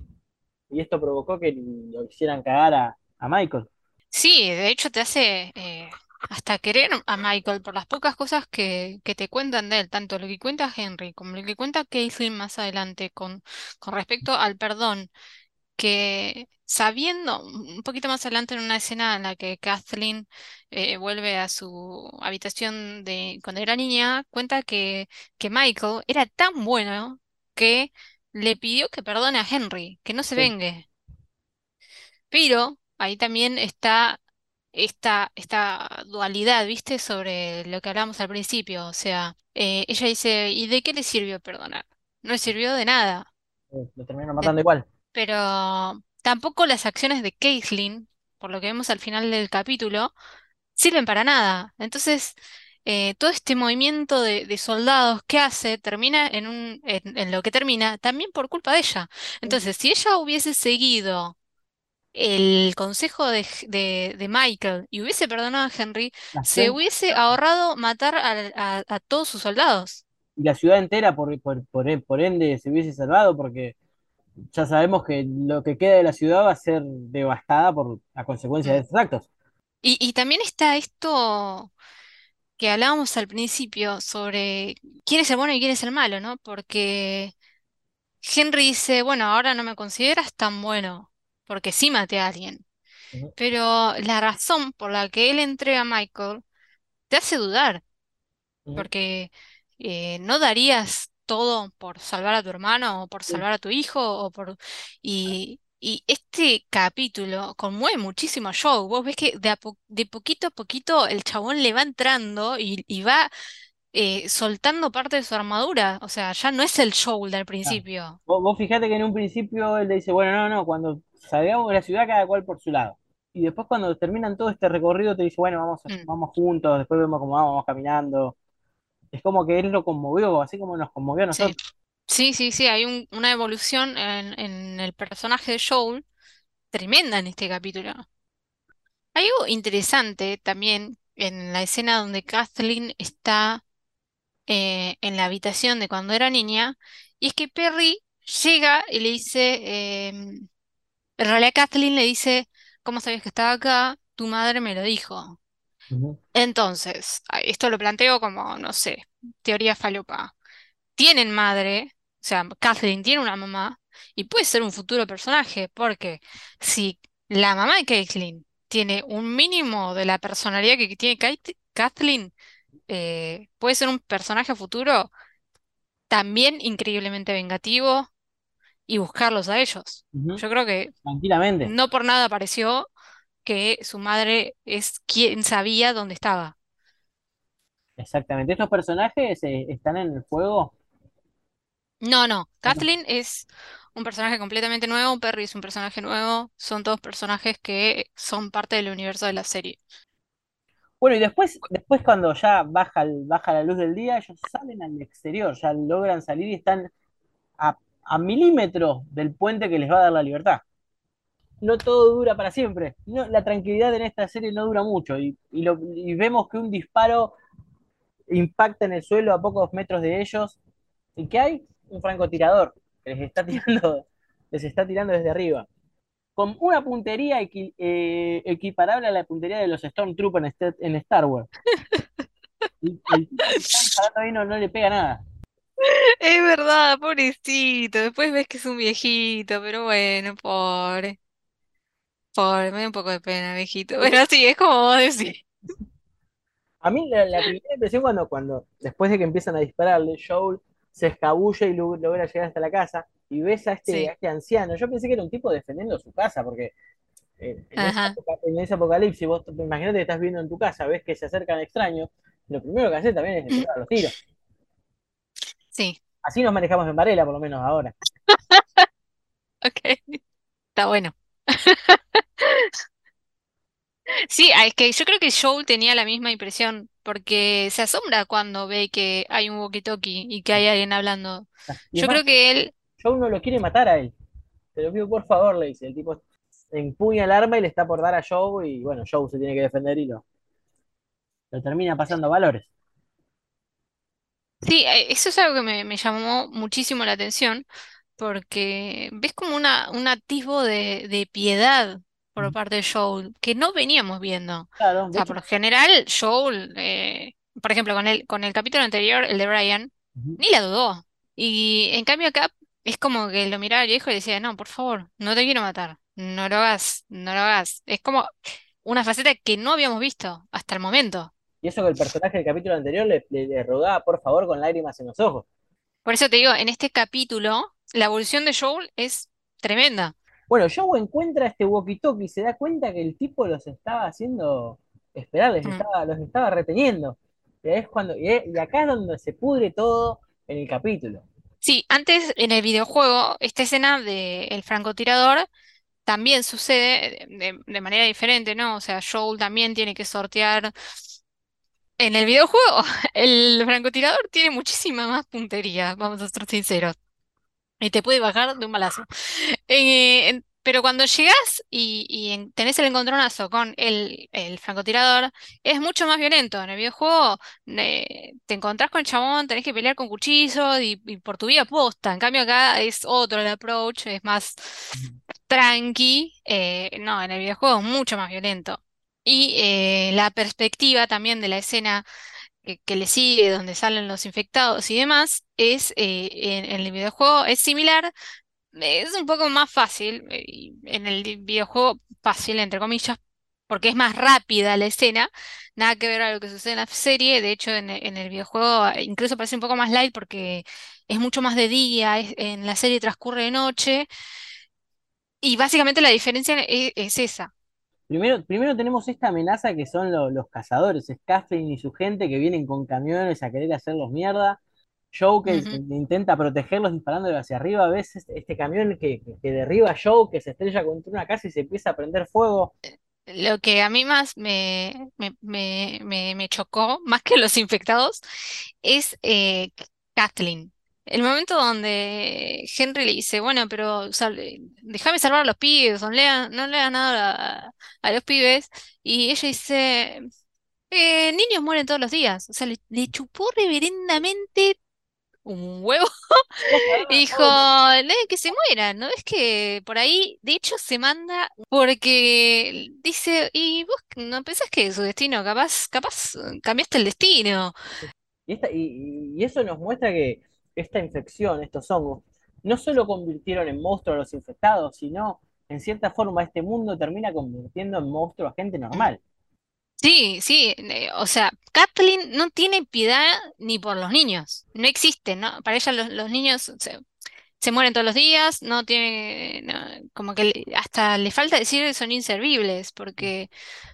y esto provocó que lo hicieran cagar a, a Michael. Sí, de hecho te hace eh, hasta querer a Michael por las pocas cosas que, que te cuentan de él, tanto lo que cuenta Henry como lo que cuenta Caitlin más adelante con, con respecto al perdón, que sabiendo un poquito más adelante en una escena en la que Kathleen eh, vuelve a su habitación de cuando era niña, cuenta que, que Michael era tan bueno que le pidió que perdone a Henry, que no se Sí. vengue. Pero ahí también está esta, esta dualidad, ¿viste? Sobre lo que hablábamos al principio. O sea, eh, ella dice, ¿y de qué le sirvió perdonar? No le sirvió de nada. Eh, Lo terminaron En- matando igual. pero tampoco las acciones de Caitlyn, por lo que vemos al final del capítulo, sirven para nada. Entonces, eh, todo este movimiento de, de soldados que hace termina en un, en en lo que termina también por culpa de ella. Entonces, si ella hubiese seguido el consejo de, de- de Michael y hubiese perdonado a Henry, La se ciudad, hubiese ahorrado matar a, a- a todos sus soldados. y la ciudad entera, por, por, por, e- por ende, se hubiese salvado porque ya sabemos que lo que queda de la ciudad va a ser devastada por a consecuencia de Mm. estos actos. Y, y también está esto que hablábamos al principio sobre quién es el bueno y quién es el malo, ¿no? Porque Henry dice, bueno, ahora no me consideras tan bueno, porque sí maté a alguien. Ujú, Pero la razón por la que él entrega a Michael te hace dudar. ujú. Porque eh, no darías todo por salvar a tu hermano o por Sí, salvar a tu hijo o por y, y este capítulo conmueve muchísimo a Joe. Vos ves que de, a po- de poquito a poquito el chabón le va entrando y, y va eh, soltando parte de su armadura. O sea, ya no es el Joel del claro. principio. Vos, vos fijate que en un principio él le dice, bueno, no, no, cuando salgamos de la ciudad cada cual por su lado. Y después cuando terminan todo este recorrido te dice, bueno, vamos, Mm, vamos juntos, después vemos cómo vamos, vamos caminando. Es como que él lo conmovió, así como nos conmovió a sí. nosotros. Sí, sí, sí, hay un- una evolución en, en el personaje de Joel tremenda en este capítulo. Hay algo interesante también en la escena donde Kathleen está eh, en la habitación de cuando era niña, y es que Perry llega y le dice, em, en realidad Kathleen le dice, ¿cómo sabías que estaba acá? Tu madre me lo dijo. Ujú, Entonces, a- esto lo planteo como, no sé, teoría falopa. Tienen madre, o sea, Kathleen tiene una mamá, y puede ser un futuro personaje, porque si la mamá de Kathleen tiene un mínimo de la personalidad que tiene Kate- Kathleen, eh, puede ser un personaje futuro también increíblemente vengativo y buscarlos a ellos. ujú, Yo creo que tranquilamente. no por nada pareció que su madre es quien sabía dónde estaba. Exactamente. Estos personajes eh, están en el juego. No, no, Kathleen es un personaje completamente nuevo, Perry es un personaje nuevo, son todos personajes que son parte del universo de la serie. Bueno, y después, después cuando ya baja, el- baja la luz del día, ellos salen al exterior, ya logran salir y están a, a milímetros del puente que les va a dar la libertad. No todo dura para siempre. No, la tranquilidad en esta serie no dura mucho y, y lo- y vemos que un disparo impacta en el suelo a pocos metros de ellos y que hay un francotirador que les está tirando, les está tirando desde arriba. Con una puntería equi- eh, equiparable a la puntería de los Stormtroopers en, este- en Star Wars. Y el tipo que está disparando ahí no, no le pega nada. Es verdad, pobrecito. Después ves que es un viejito, pero bueno, pobre. Pobre, me da un poco de pena, viejito. Pero sí, es como vos decís. A mí la, la primera impresión cuando, cuando, después de que empiezan a dispararle, Joel se escabulle y lo- logra llegar hasta la casa y ves a este, a Sí, este anciano. Yo pensé que era un tipo defendiendo su casa, porque eh, en, esa, ajá, apoca- en ese apocalipsis, vos imagínate que estás viendo en tu casa, ves que se acercan extraños, lo primero que haces también es empezar a los tiros. sí, Así nos manejamos en Varela, por lo menos ahora. ok, está bueno. Sí, ah, es que yo creo que Joel tenía la misma impresión, porque se asombra cuando ve que hay un walkie-talkie y que hay alguien hablando. Y es Yo más, creo que él, Joel no lo quiere matar a él. Te lo pido por favor, le dice. El tipo empuña el arma y le está por dar a Joe y bueno, Joe se tiene que defender y lo, lo termina pasando a valores. sí, eh, eso es algo que me, me llamó muchísimo la atención, porque ves como una, un atisbo de, de piedad por parte de Joel, que no veníamos viendo. O Claro, de sea, hecho, por lo general, Joel, eh, por ejemplo, con el, con el capítulo anterior, el de Brian, ujú. ni la dudó. Y en cambio acá es como que lo miraba al viejo y decía, no, por favor, no te quiero matar, no lo hagas, no lo hagas. Es como una faceta que no habíamos visto hasta el momento. Y eso que el personaje del capítulo anterior le, le, le rogaba por favor con lágrimas en los ojos. Por eso te digo, en este capítulo, la evolución de Joel es tremenda. Bueno, Joe encuentra este walkie-talkie y se da cuenta que el tipo los estaba haciendo esperar, les Mm. estaba, los estaba reteniendo. Y, es cuando, y, es- y acá es donde se pudre todo en el capítulo. Sí, antes en el videojuego, esta escena del francotirador también sucede de, de manera diferente, ¿no? O sea, Joel también tiene que sortear. En el videojuego, el francotirador tiene muchísima más puntería, vamos a ser sinceros, y te puede bajar de un balazo. Eh, en- pero cuando llegás y, y en- tenés el encontronazo con el, el francotirador, es mucho más violento. En el videojuego eh, te encontrás con el chabón, tenés que pelear con cuchillos y, y por tu vida posta. En cambio acá es otro el approach, es más tranqui. Eh, no, en el videojuego es mucho más violento. Y eh, la perspectiva también de la escena que, que le sigue, donde salen los infectados y demás, es eh, en, en el videojuego es similar, es un poco más fácil, eh, y en el di- videojuego fácil, entre comillas, porque es más rápida la escena, nada que ver a lo que sucede en la serie, de hecho en, e- en el videojuego eh, incluso parece un poco más light porque es mucho más de día, es- en la serie transcurre de noche, y básicamente la diferencia e- es, esa. Primero, primero tenemos esta amenaza que son lo- los cazadores, Scaflin y su gente que vienen con camiones a querer hacerlos mierda. Joe que Ujú. intenta protegerlos disparándole hacia arriba, ves este, este camión que, que, que derriba a Joe, que se estrella contra una casa y se empieza a prender fuego. Lo que a mí más me, me, me, me- me chocó, más que los infectados, es eh, Kathleen. El momento donde Henry le dice, bueno, pero sal- eh, déjame salvar a los pibes, no le hagas- no le hagas nada a, a los pibes. Y ella dice, "Eh, niños mueren todos los días". O sea, le, le chupó reverendamente un huevo. Vos sabés Y una dijo, cosa, "No, que se mueran, ¿no? Es que por ahí, de hecho, se manda porque dice, ¿y vos no pensás que su destino, capaz, capaz eh, cambiaste el destino? y, esta- y- y eso nos muestra que esta infección, estos hongos, no solo convirtieron en monstruos a los infectados, sino en cierta forma este mundo termina convirtiendo en monstruo a gente Mm. normal. Sí, sí, eh, o sea, Kathleen no tiene piedad ni por los niños, no existen, ¿no? Para ella los, los niños se, se mueren todos los días, no tiene, no, como que le- hasta le falta decir que son inservibles, porque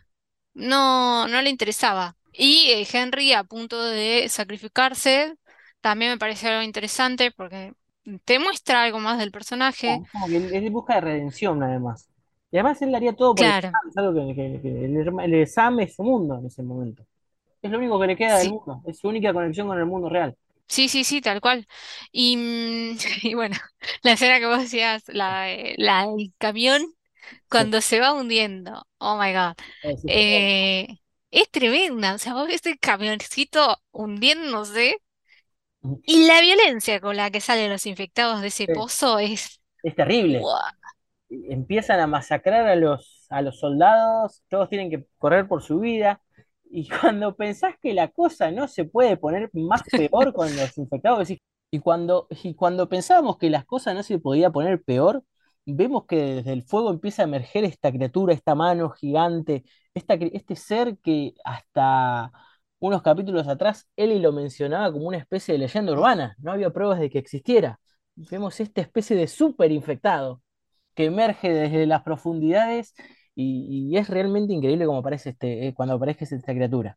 no, no le interesaba. Y eh, Henry a punto de sacrificarse también me pareció algo interesante porque te muestra algo más del personaje. Es como que él, él busca de redención, además. Y además él daría todo por el Claro, Sam, es algo que, que- que el, herma- el Sam es su mundo en ese momento. Es lo único que le queda del sí, mundo, es su única conexión con el mundo real. sí, sí, sí, tal cual. Y, mm, y bueno, la escena que vos decías, la, de- la del camión Sí. cuando se va hundiendo, oh my God, Es decir, eh, es tremenda. O sea, vos ves el camioncito hundiéndose y la violencia con la que salen los infectados de ese es, pozo es... es terrible. ¡guau! Empiezan a masacrar a los, a los soldados, todos tienen que correr por su vida. Y cuando pensás que la cosa no se puede poner más peor con los infectados, decís, y cuando, y cuando pensábamos que las cosas no se podía poner peor, vemos que desde el fuego empieza a emerger esta criatura, esta mano gigante, esta cri- este ser que hasta unos capítulos atrás Ellie lo mencionaba como una especie de leyenda urbana, no había pruebas de que existiera. Vemos esta especie de súper infectado que emerge desde las profundidades y, y es realmente increíble como aparece este, eh, cuando aparece esta criatura.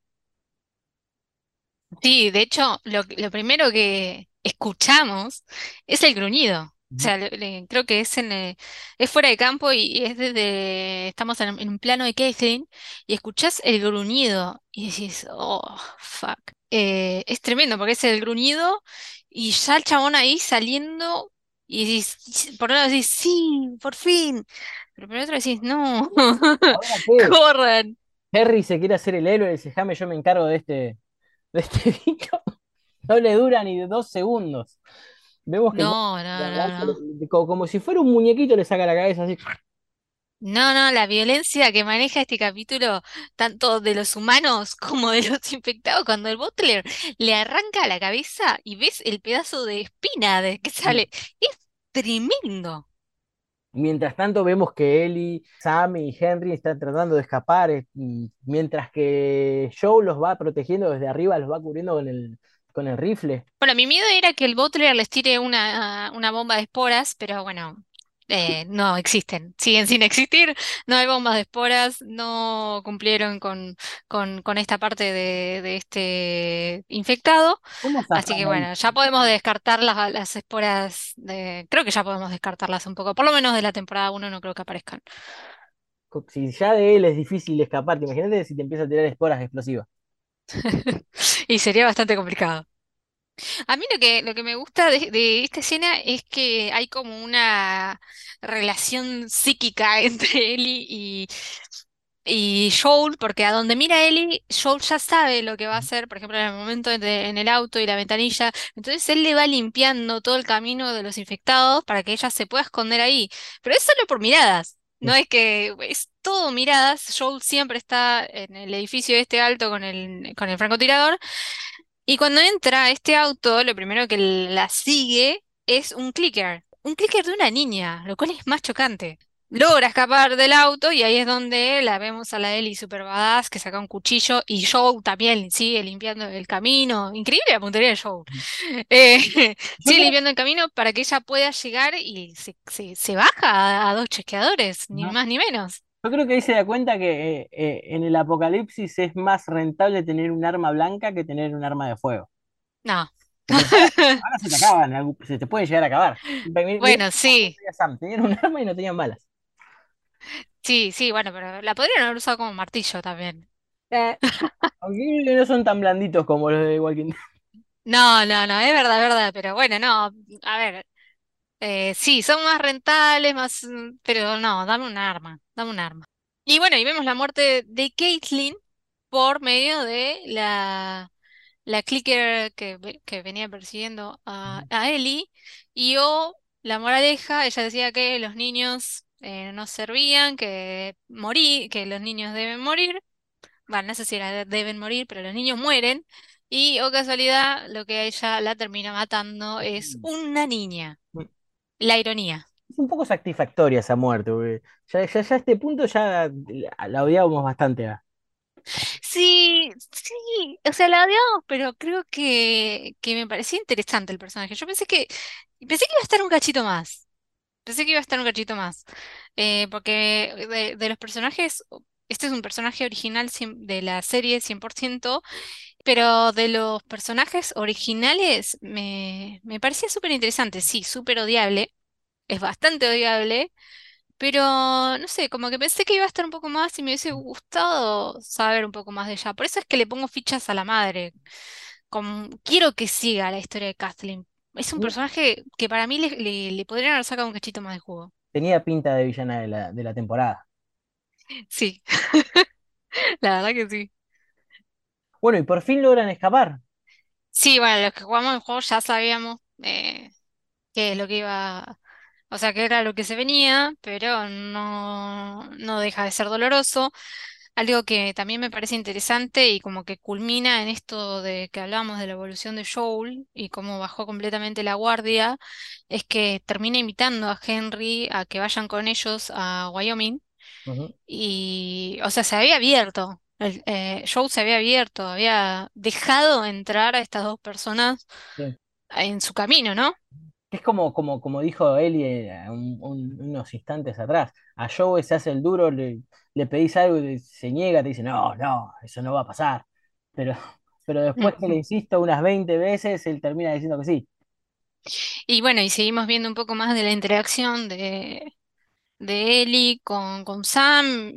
Sí, de hecho, lo, lo primero que escuchamos es el gruñido. O Ujú. sea, le- le- creo que es en eh, es fuera de campo y es desde, estamos en, en un plano de Caitlyn y escuchás el gruñido y decís, oh, fuck. Eh, es tremendo porque es el gruñido y ya el chabón ahí saliendo y decís, por un lado decís, sí, por fin. Pero por otro decís, no, ¿Ahora qué? corran. Harry se quiere hacer el héroe y dice, déjame, yo me encargo de este, de este bicho. No le dura ni dos segundos. Vemos que el monstruo No, le no, no, avanza, no. le- como, como si fuera un muñequito, le saca la cabeza así. No, no, la violencia que maneja este capítulo, tanto de los humanos como de los infectados, cuando el Butler le arranca la cabeza y ves el pedazo de espina de que sale, es tremendo. Mientras tanto, vemos que Ellie, Sam y Henry están tratando de escapar, eh, y mientras que Joe los va protegiendo desde arriba, los va cubriendo con el, con el rifle. Bueno, mi miedo era que el Butler les tire una, una bomba de esporas, pero bueno, eh, no existen, siguen sin existir, no hay bombas de esporas, no cumplieron con, con, con esta parte de, de este infectado. ¿Cómo Así zafan que ahí? bueno, ya podemos descartar las, las esporas de... Creo que ya podemos descartarlas un poco. Por lo menos de la temporada uno no creo que aparezcan. Si ya de él es difícil escapar, imagínate si te empieza a tirar esporas explosivas. Y sería bastante complicado. A mí lo que, lo que me gusta de, de esta escena es que hay como una relación psíquica entre Ellie y, y Joel, porque a donde mira Ellie, Joel ya sabe lo que va a hacer, por ejemplo, en el momento de- en el auto y la ventanilla. Entonces él le va limpiando todo el camino de los infectados para que ella se pueda esconder ahí. Pero es solo por miradas. No es que es todo miradas. Joel siempre está en el edificio este alto con el, con el francotirador. Y cuando entra a este auto, lo primero que la sigue es un clicker. Un clicker de una niña, lo cual es más chocante. Logra escapar del auto y ahí es donde la vemos a la Ellie super badass que saca un cuchillo y Joe también sigue limpiando el camino. Increíble la puntería de Joe. Eh, Yo sigue creo, limpiando el camino para que ella pueda llegar y se, se- se baja a, a dos chasqueadores, ni ajá, más ni menos. yo creo que ahí se da cuenta que eh, eh, en el apocalipsis es más rentable tener un arma blanca que tener un arma de fuego. No. Pero ahora, ahora se te acaban, algún- se te puede llegar a acabar. Mirá, mirá cómo Bueno, sí, tenía Sam, tenían un arma y no tenían balas. sí, sí, bueno, pero la podrían haber usado como martillo también. Eh, aunque no son tan blanditos como los de Walking Dead. No, no, no, es verdad, es verdad, pero bueno, no, a ver, eh, sí, son más rentables, más, mm, pero no, dame un arma, dame un arma. Y bueno, y vemos la muerte de Caitlyn por medio de la, la clicker que, ve- que venía persiguiendo a, a Ellie, y o la moraleja, ella decía que los niños eh, no servían, que morí, que los niños deben morir. Bueno, no sé si era de- deben morir, pero los niños mueren. Y, oh casualidad, lo que a ella la termina matando es una niña. La ironía. Es un poco satisfactoria esa muerte, porque ya, ya, ya a este punto ya la, la odiábamos bastante. a- Sí, sí, o sea, la odiamos, pero creo que, que me parecía interesante el personaje. Yo pensé que, pensé que iba a estar un cachito más. Pensé que iba a estar un cachito más. Eh, porque de, de los personajes, este es un personaje original cien- de la serie cien por ciento. Pero de los personajes originales me, me parecía súper interesante, sí, súper odiable, es bastante odiable, pero no sé, como que pensé que iba a estar un poco más y me hubiese gustado saber un poco más de ella. Por eso es que le pongo fichas a la madre, como, quiero que siga la historia de Kathleen. Es un personaje que para mí le, le, le podrían haber sacado un cachito más de jugo. Tenía pinta de villana de la, de la temporada. Sí, la verdad que sí. Bueno, y por fin logran escapar. Sí, bueno, los que jugamos el juego ya sabíamos eh, qué es lo que iba. O sea que era lo que se venía, pero no, no deja de ser doloroso. Algo que también me parece interesante y como que culmina en esto de que hablábamos de la evolución de Joel y cómo bajó completamente la guardia, es que termina invitando a Henry a que vayan con ellos a Wyoming Ujú, y, o sea, se había abierto. El, eh, Joel se había abierto, había dejado entrar a estas dos personas sí. en su camino, ¿no? Es como, como, como dijo Eli eh, un- un- unos instantes atrás. A Joe se hace el duro, le, le pedís algo y se niega, te dice, no, no, eso no va a pasar. Pero, pero después que le Ujú. insisto unas veinte veces, él termina diciendo que sí. Y bueno, y seguimos viendo un poco más de la interacción de, de Ellie con, con Sam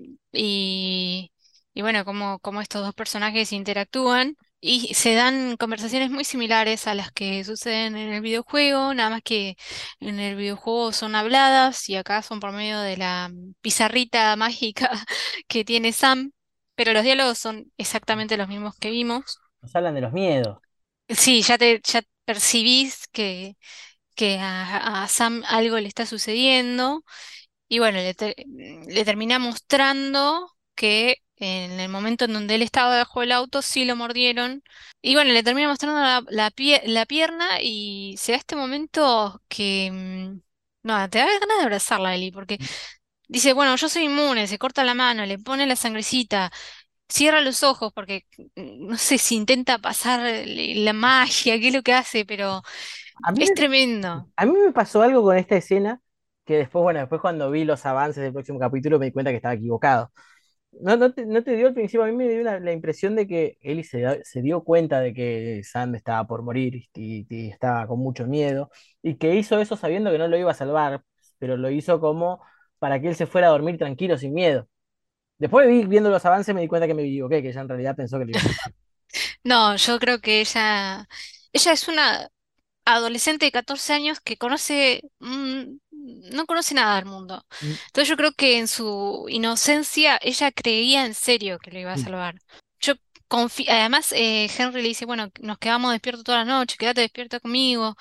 y, y bueno, cómo, cómo estos dos personajes interactúan y se dan conversaciones muy similares a las que suceden en el videojuego, nada más que en el videojuego son habladas y acá son por medio de la pizarrita mágica que tiene Sam, pero los diálogos son exactamente los mismos que vimos. Nos hablan de los miedos. Sí, ya te ya percibís que, que a, a Sam algo le está sucediendo. Y bueno, le, te- le termina mostrando que en el momento en donde él estaba debajo del auto sí lo mordieron. Y bueno, le termina mostrando la, la pie- la pierna y se da este momento que... mm, No, te da ganas de abrazarla, Eli, porque dice, bueno, yo soy inmune, se corta la mano, le pone la sangrecita, cierra los ojos porque mm, no sé si intenta pasar eh, la magia, qué es lo que hace, pero A mí es me, tremendo. a mí me pasó algo con esta escena que después, bueno, después cuando vi los avances del próximo capítulo me di cuenta que estaba equivocado. No, no te, no te dio al principio, a mí me dio la, la impresión de que Ellie se, da- se dio cuenta de que Sam estaba por morir y, y estaba con mucho miedo y que hizo eso sabiendo que no lo iba a salvar, pero lo hizo como para que él se fuera a dormir tranquilo, sin miedo. Después vi, viendo los avances me di cuenta que me equivoqué, que ella en realidad pensó que lo iba a salvar. No, yo creo que ella, ella es una adolescente de catorce años que conoce, mm, no conoce nada del mundo. Mm, Entonces yo creo que en su inocencia ella creía en serio que lo iba a mm. salvar. Yo confío, además eh, Henry le dice, bueno, nos quedamos despiertos toda la noche, quédate despierta conmigo.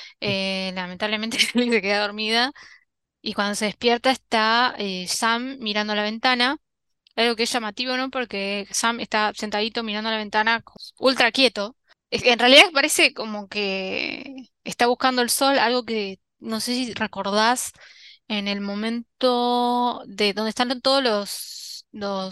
Eh, lamentablemente Ellie se queda dormida y cuando se despierta está eh, Sam mirando a la ventana. Algo que es llamativo, ¿no? Porque Sam está sentadito mirando a la ventana, ultra quieto. Es que en realidad parece como que está buscando el sol, algo que no sé si recordás en el momento de donde están todos los,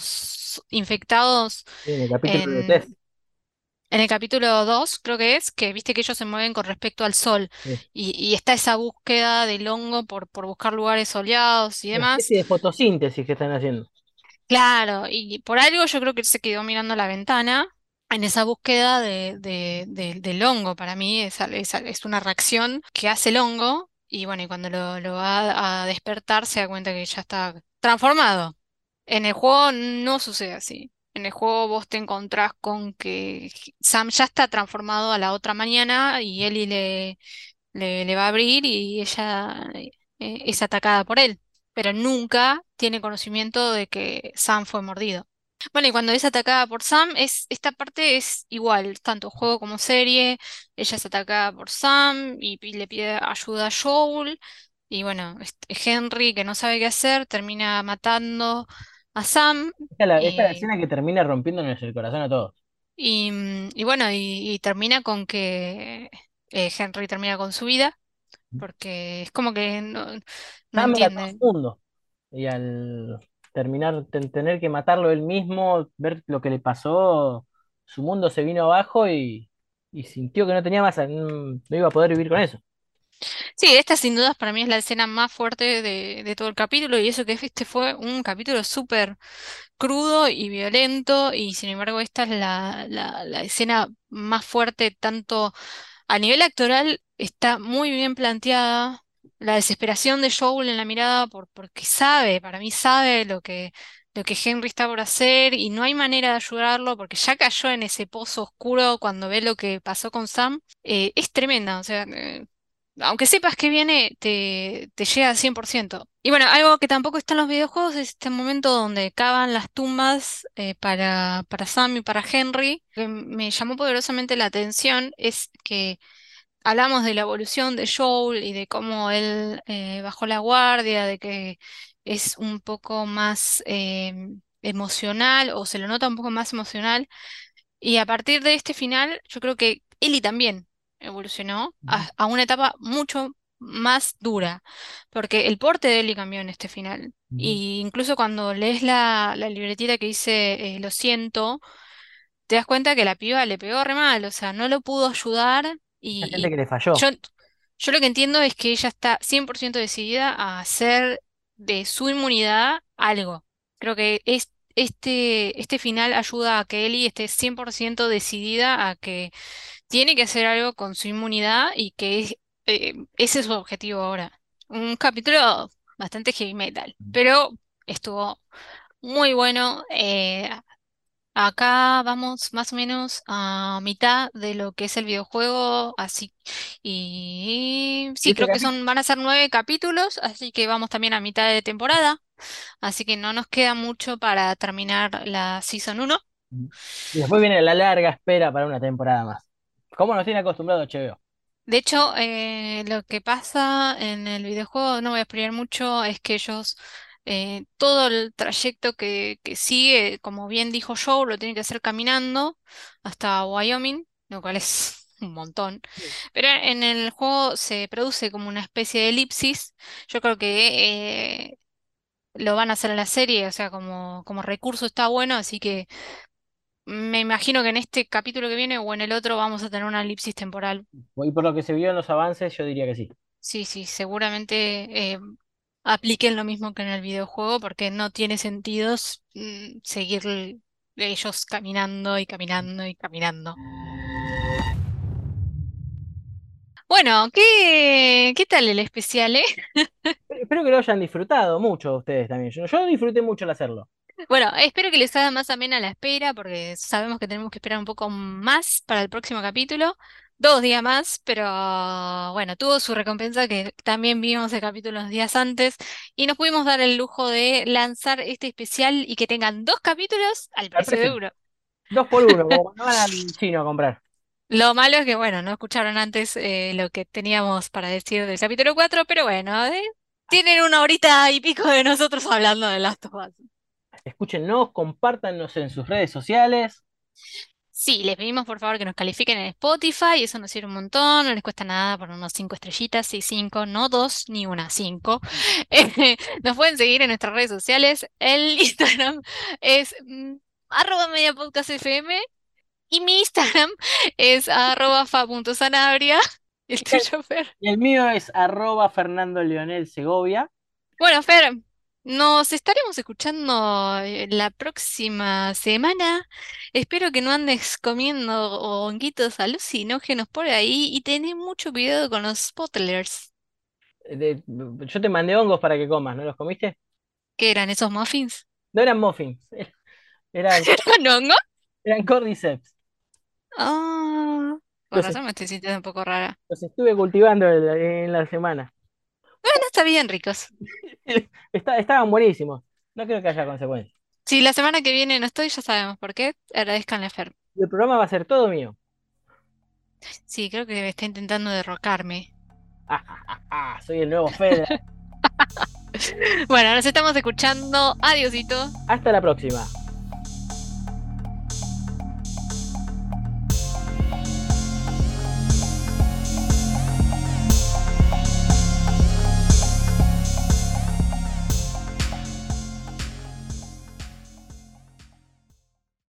los infectados Sí, en el capítulo de en, Tess. en el capítulo dos creo que es, que viste que ellos se mueven con respecto al sol Sí. y, y está esa búsqueda del hongo por, por buscar lugares soleados y Una demás. especie de fotosíntesis que están haciendo. Claro, y por algo yo creo que él se quedó mirando la ventana en esa búsqueda de, de- de- del hongo. Para mí es, al- es, al- es una reacción que hace el hongo y bueno, y cuando lo, lo va a despertar se da cuenta que ya está transformado. En el juego no sucede así. En el juego vos te encontrás con que Sam ya está transformado a la otra mañana y Ellie le, le, le va a abrir y ella eh, es atacada por él, pero nunca tiene conocimiento de que Sam fue mordido. Bueno, y cuando es atacada por Sam, es, esta parte es igual, tanto juego como serie. Ella es atacada por Sam y, y le pide ayuda a Joel. Y bueno, este Henry, que no sabe qué hacer, termina matando a Sam. Esta es la, esta es la eh, escena que termina rompiéndonos el corazón a todos. y, mm, y bueno, y, y termina con que eh, Henry termina con su vida, porque es como que no, no Sam era todo entiende. el mundo. Y al terminar, ten- tener que matarlo él mismo, ver lo que le pasó, su mundo se vino abajo y, y sintió que no tenía más, no, no iba a poder vivir con eso. Sí, esta sin dudas para mí es la escena más fuerte de, de todo el capítulo y eso que este fue un capítulo súper crudo y violento y sin embargo esta es la, la, la escena más fuerte tanto a nivel actoral está muy bien planteada. La desesperación de Joel en la mirada por, porque sabe, para mí sabe lo que, lo que Henry está por hacer y no hay manera de ayudarlo porque ya cayó en ese pozo oscuro cuando ve lo que pasó con Sam. Eh, es tremenda, o sea, eh, aunque sepas que viene, te, te llega al cien por ciento. Y bueno, algo que tampoco está en los videojuegos es este momento donde cavan las tumbas eh, para, para Sam y para Henry. Lo que me llamó poderosamente la atención es que hablamos de la evolución de Joel y de cómo él eh, bajó la guardia, de que es un poco más eh, emocional o se lo nota un poco más emocional. Y a partir de este final, yo creo que Ellie también evolucionó Ujú, a, a una etapa mucho más dura, porque el porte de Ellie cambió en este final. ujú. Y incluso cuando lees la, la libretita que dice eh, lo siento, te das cuenta que la piba le pegó re mal, o sea, no lo pudo ayudar Hay gente y, que le y falló. yo, yo lo que entiendo es que ella está cien por ciento decidida a hacer de su inmunidad algo. Creo que es, este, este final ayuda a que Ellie esté cien por ciento decidida a que tiene que hacer algo con su inmunidad y que es- eh, ese es su objetivo ahora. Un capítulo bastante heavy metal, pero estuvo muy bueno. eh, Acá vamos más o menos a mitad de lo que es el videojuego, así y Y sí, este creo que capítulo, son, van a ser nueve capítulos, así que vamos también a mitad de temporada, así que no nos queda mucho para terminar la Season uno. y después viene la larga espera para una temporada más. ¿Cómo nos tiene acostumbrado H B O? De hecho, eh, lo que pasa en el videojuego, no voy a explicar mucho, es que ellos, eh, todo el trayecto que, que sigue, como bien dijo Joe, lo tienen que hacer caminando hasta Wyoming, lo cual es un montón. Pero en el juego se produce como una especie de elipsis. Yo creo que eh, lo van a hacer en la serie, o sea, como, como recurso está bueno, así que me imagino que en este capítulo que viene o en el otro vamos a tener una elipsis temporal. Y por lo que se vio en los avances, yo diría que sí. Sí, sí, seguramente eh, apliquen lo mismo que en el videojuego porque no tiene sentido s- mm, seguir l- ellos caminando y caminando y caminando. Bueno, ¿qué, qué tal el especial, eh? Espero que lo hayan disfrutado mucho ustedes también. Yo, yo disfruté mucho al hacerlo. Bueno, espero que les haga más amena la espera porque sabemos que tenemos que esperar un poco más para el próximo capítulo. Dos días más, pero bueno, tuvo su recompensa que también vimos el capítulo unos días antes y nos pudimos dar el lujo de lanzar este especial y que tengan dos capítulos al Al precio de precio. uno. Dos por uno, como cuando van al chino a comprar. Lo malo es que, bueno, no escucharon antes eh, lo que teníamos para decir del capítulo cuatro, pero bueno, eh, tienen una horita y pico de nosotros hablando de Last of Us. Escúchenos, compártanos en sus redes sociales. Sí, les pedimos por favor que nos califiquen en Spotify, eso nos sirve un montón, no les cuesta nada ponernos cinco estrellitas, sí, cinco, no dos ni una, cinco. Eh, nos pueden seguir en nuestras redes sociales, el Instagram es mm, arroba mediapodcastfm y mi Instagram es arroba fa.sanabria, el tuyo, Fer. Y el mío es arroba Fernando Leonel Segovia. Bueno, Fer. Nos estaremos escuchando eh, la próxima semana. Espero que no andes comiendo honguitos alucinógenos por ahí y tené mucho cuidado con los spotlers. De- yo te mandé hongos para que comas, ¿no los comiste? ¿Qué eran esos muffins? No eran muffins, eran, ¿Eran hongos? eran cordyceps. Ah, con Los, razón me estoy sintiendo un poco rara. los estuve cultivando en la, en la semana. Bueno, está bien, ricos. Está- estaban buenísimos. No creo que haya consecuencias. Si la semana que viene no estoy, ya sabemos por qué. Agradezcanle a Fer. Y el programa va a ser todo mío. Sí, creo que está intentando derrocarme. Ah, ah, ah, ah, soy el nuevo Fede. Bueno, nos estamos escuchando. Adiosito. Hasta la próxima.